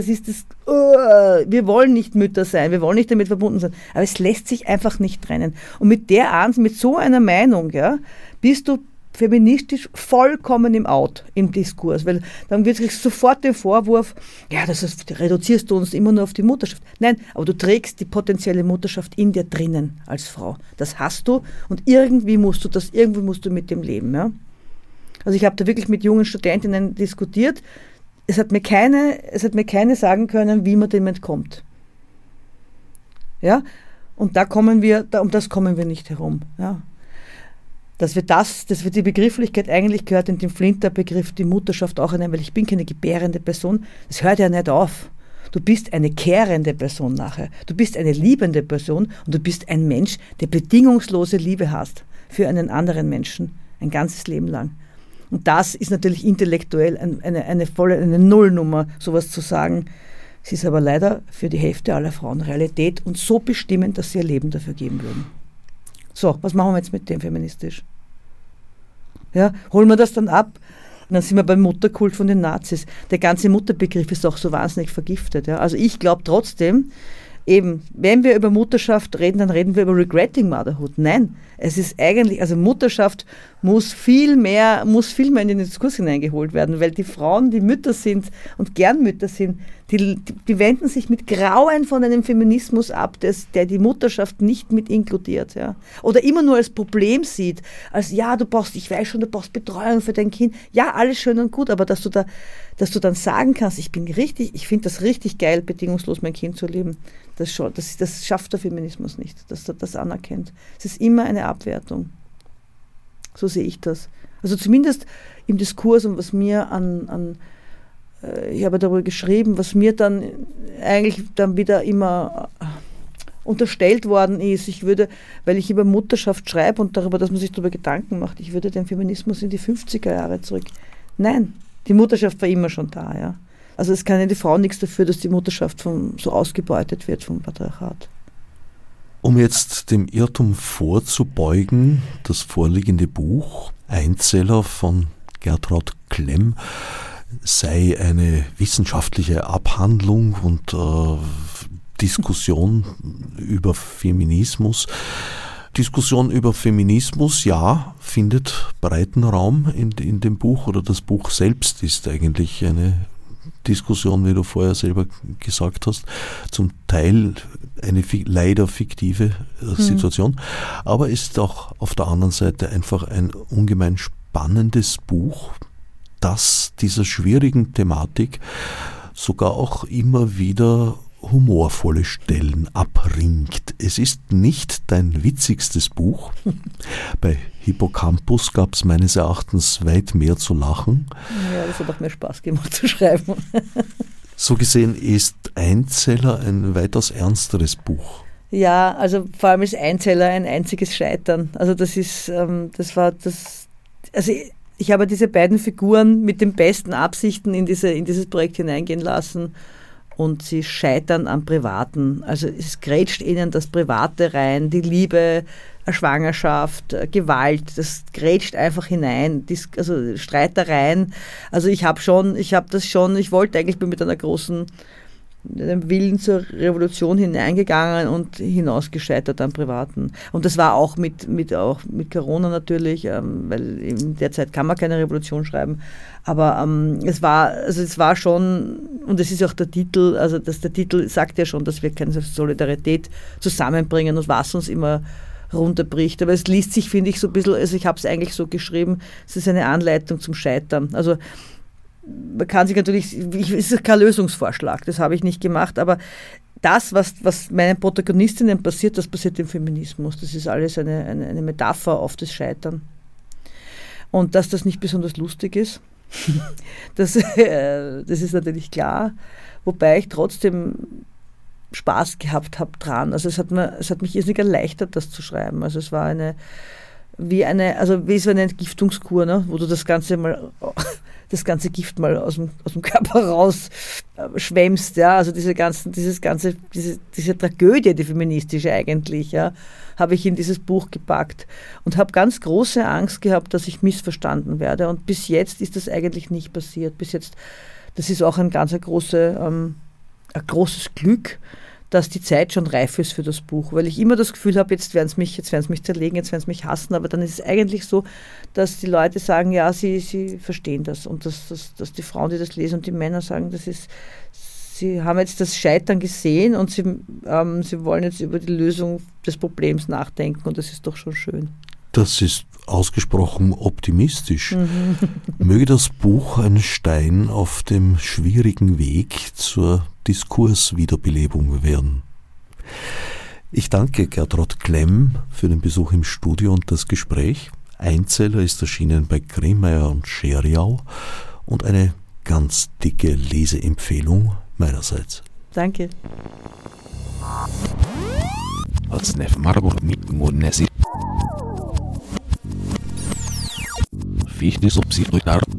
wir wollen nicht Mütter sein, wir wollen nicht damit verbunden sein. Aber es lässt sich einfach nicht trennen. Und mit so einer Meinung, ja, bist du feministisch vollkommen im Out, im Diskurs, weil dann kriegst du sofort den Vorwurf, ja, reduzierst du uns immer nur auf die Mutterschaft. Nein, aber du trägst die potenzielle Mutterschaft in dir drinnen als Frau. Das hast du und irgendwie musst du mit dem leben, ja. Also ich habe da wirklich mit jungen Studentinnen diskutiert. Es hat mir keine sagen können, wie man dem entkommt. Ja? Und um das kommen wir nicht herum. Ja? Dass wir die Begrifflichkeit eigentlich gehört in den Flinter-Begriff, die Mutterschaft auch hinein, weil ich bin keine gebärende Person. Das hört ja nicht auf. Du bist eine kehrende Person nachher. Du bist eine liebende Person und du bist ein Mensch, der bedingungslose Liebe hast für einen anderen Menschen, ein ganzes Leben lang. Und das ist natürlich intellektuell eine Nullnummer, sowas zu sagen. Es ist aber leider für die Hälfte aller Frauen Realität und so bestimmend, dass sie ihr Leben dafür geben würden. So, was machen wir jetzt mit dem feministisch? Ja, holen wir das dann ab? Und dann sind wir beim Mutterkult von den Nazis. Der ganze Mutterbegriff ist auch so wahnsinnig vergiftet. Ja. Also ich glaube trotzdem, eben, wenn wir über Mutterschaft reden, dann reden wir über Regretting Motherhood. Nein, es ist eigentlich, also Mutterschaft muss viel mehr in den Diskurs hineingeholt werden, weil die Frauen, die Mütter sind und gern Mütter sind, die wenden sich mit Grauen von einem Feminismus ab, der die Mutterschaft nicht mit inkludiert. Ja. Oder immer nur als Problem sieht, als ja, du brauchst Betreuung für dein Kind. Ja, alles schön und gut, aber dass du dann sagen kannst, ich finde das richtig geil, bedingungslos mein Kind zu lieben. Das schafft der Feminismus nicht, dass er das anerkennt. Es ist immer eine Abwertung. So sehe ich das. Also zumindest im Diskurs und was mir ich habe darüber geschrieben, was mir dann eigentlich dann wieder immer unterstellt worden ist, weil ich über Mutterschaft schreibe und darüber, dass man sich darüber Gedanken macht, ich würde den Feminismus in die 50er Jahre zurück. Nein, die Mutterschaft war immer schon da, ja. Also es kann ja die Frau nichts dafür, dass die Mutterschaft so ausgebeutet wird vom Patriarchat. Um jetzt dem Irrtum vorzubeugen, das vorliegende Buch Einzeller von Gertraud Klemm sei eine wissenschaftliche Abhandlung und Diskussion über Feminismus. Diskussion über Feminismus, ja, findet breiten Raum in dem Buch, oder das Buch selbst ist eigentlich eine Diskussion, wie du vorher selber gesagt hast, zum Teil eine leider fiktive Situation, aber ist auch auf der anderen Seite einfach ein ungemein spannendes Buch, das dieser schwierigen Thematik sogar auch immer wieder humorvolle Stellen abringt. Es ist nicht dein witzigstes Buch. Bei Hippocampus gab es meines Erachtens weit mehr zu lachen. Ja, das hat auch mehr Spaß gemacht zu schreiben. So gesehen ist Einzeller ein weitaus ernsteres Buch. Ja, also vor allem ist Einzeller ein einziges Scheitern. Also ich habe diese beiden Figuren mit den besten Absichten in dieses Projekt hineingehen lassen. Und sie scheitern am Privaten. Also es grätscht ihnen das Private rein, die Liebe, Schwangerschaft, Gewalt, das grätscht einfach hinein, also Streitereien. Also ich wollte eigentlich mit einem großen Willen zur Revolution hineingegangen und hinausgescheitert am Privaten. Und das war auch mit Corona natürlich, weil in der Zeit kann man keine Revolution schreiben. Aber es war schon, und es ist auch der Titel, also der Titel sagt ja schon, dass wir keine Solidarität zusammenbringen und was uns immer runterbricht. Aber es liest sich, finde ich, so ein bisschen, also ich habe es eigentlich so geschrieben, es ist eine Anleitung zum Scheitern. Also man kann sich natürlich, es ist kein Lösungsvorschlag, das habe ich nicht gemacht, aber das, was meinen Protagonistinnen passiert, das passiert im Feminismus. Das ist alles eine Metapher auf das Scheitern. Und dass das nicht besonders lustig ist, das ist natürlich klar, wobei ich trotzdem Spaß gehabt habe dran. Also es hat mich irrsinnig erleichtert, das zu schreiben. Also es war wie so eine Entgiftungskur, ne? Wo du das ganze Gift mal aus dem Körper rausschwemmst, ja, also diese Tragödie, die feministische eigentlich, ja, habe ich in dieses Buch gepackt und habe ganz große Angst gehabt, dass ich missverstanden werde, und bis jetzt ist das eigentlich nicht passiert. Bis jetzt, das ist auch ein großes Glück, dass die Zeit schon reif ist für das Buch, weil ich immer das Gefühl habe, jetzt werden sie mich zerlegen, jetzt werden sie mich hassen, aber dann ist es eigentlich so, dass die Leute sagen, ja, sie verstehen das, und dass die Frauen, die das lesen, und die Männer sagen, sie haben jetzt das Scheitern gesehen und sie wollen jetzt über die Lösung des Problems nachdenken, und das ist doch schon schön. Das ist ausgesprochen optimistisch. Möge das Buch ein Stein auf dem schwierigen Weg zur Diskurswiederbelebung werden. Ich danke Gertraud Klemm für den Besuch im Studio und das Gespräch. Einzeller ist erschienen bei Kremeyer und Scheriau und eine ganz dicke Leseempfehlung meinerseits. Danke. Fichte subsidiar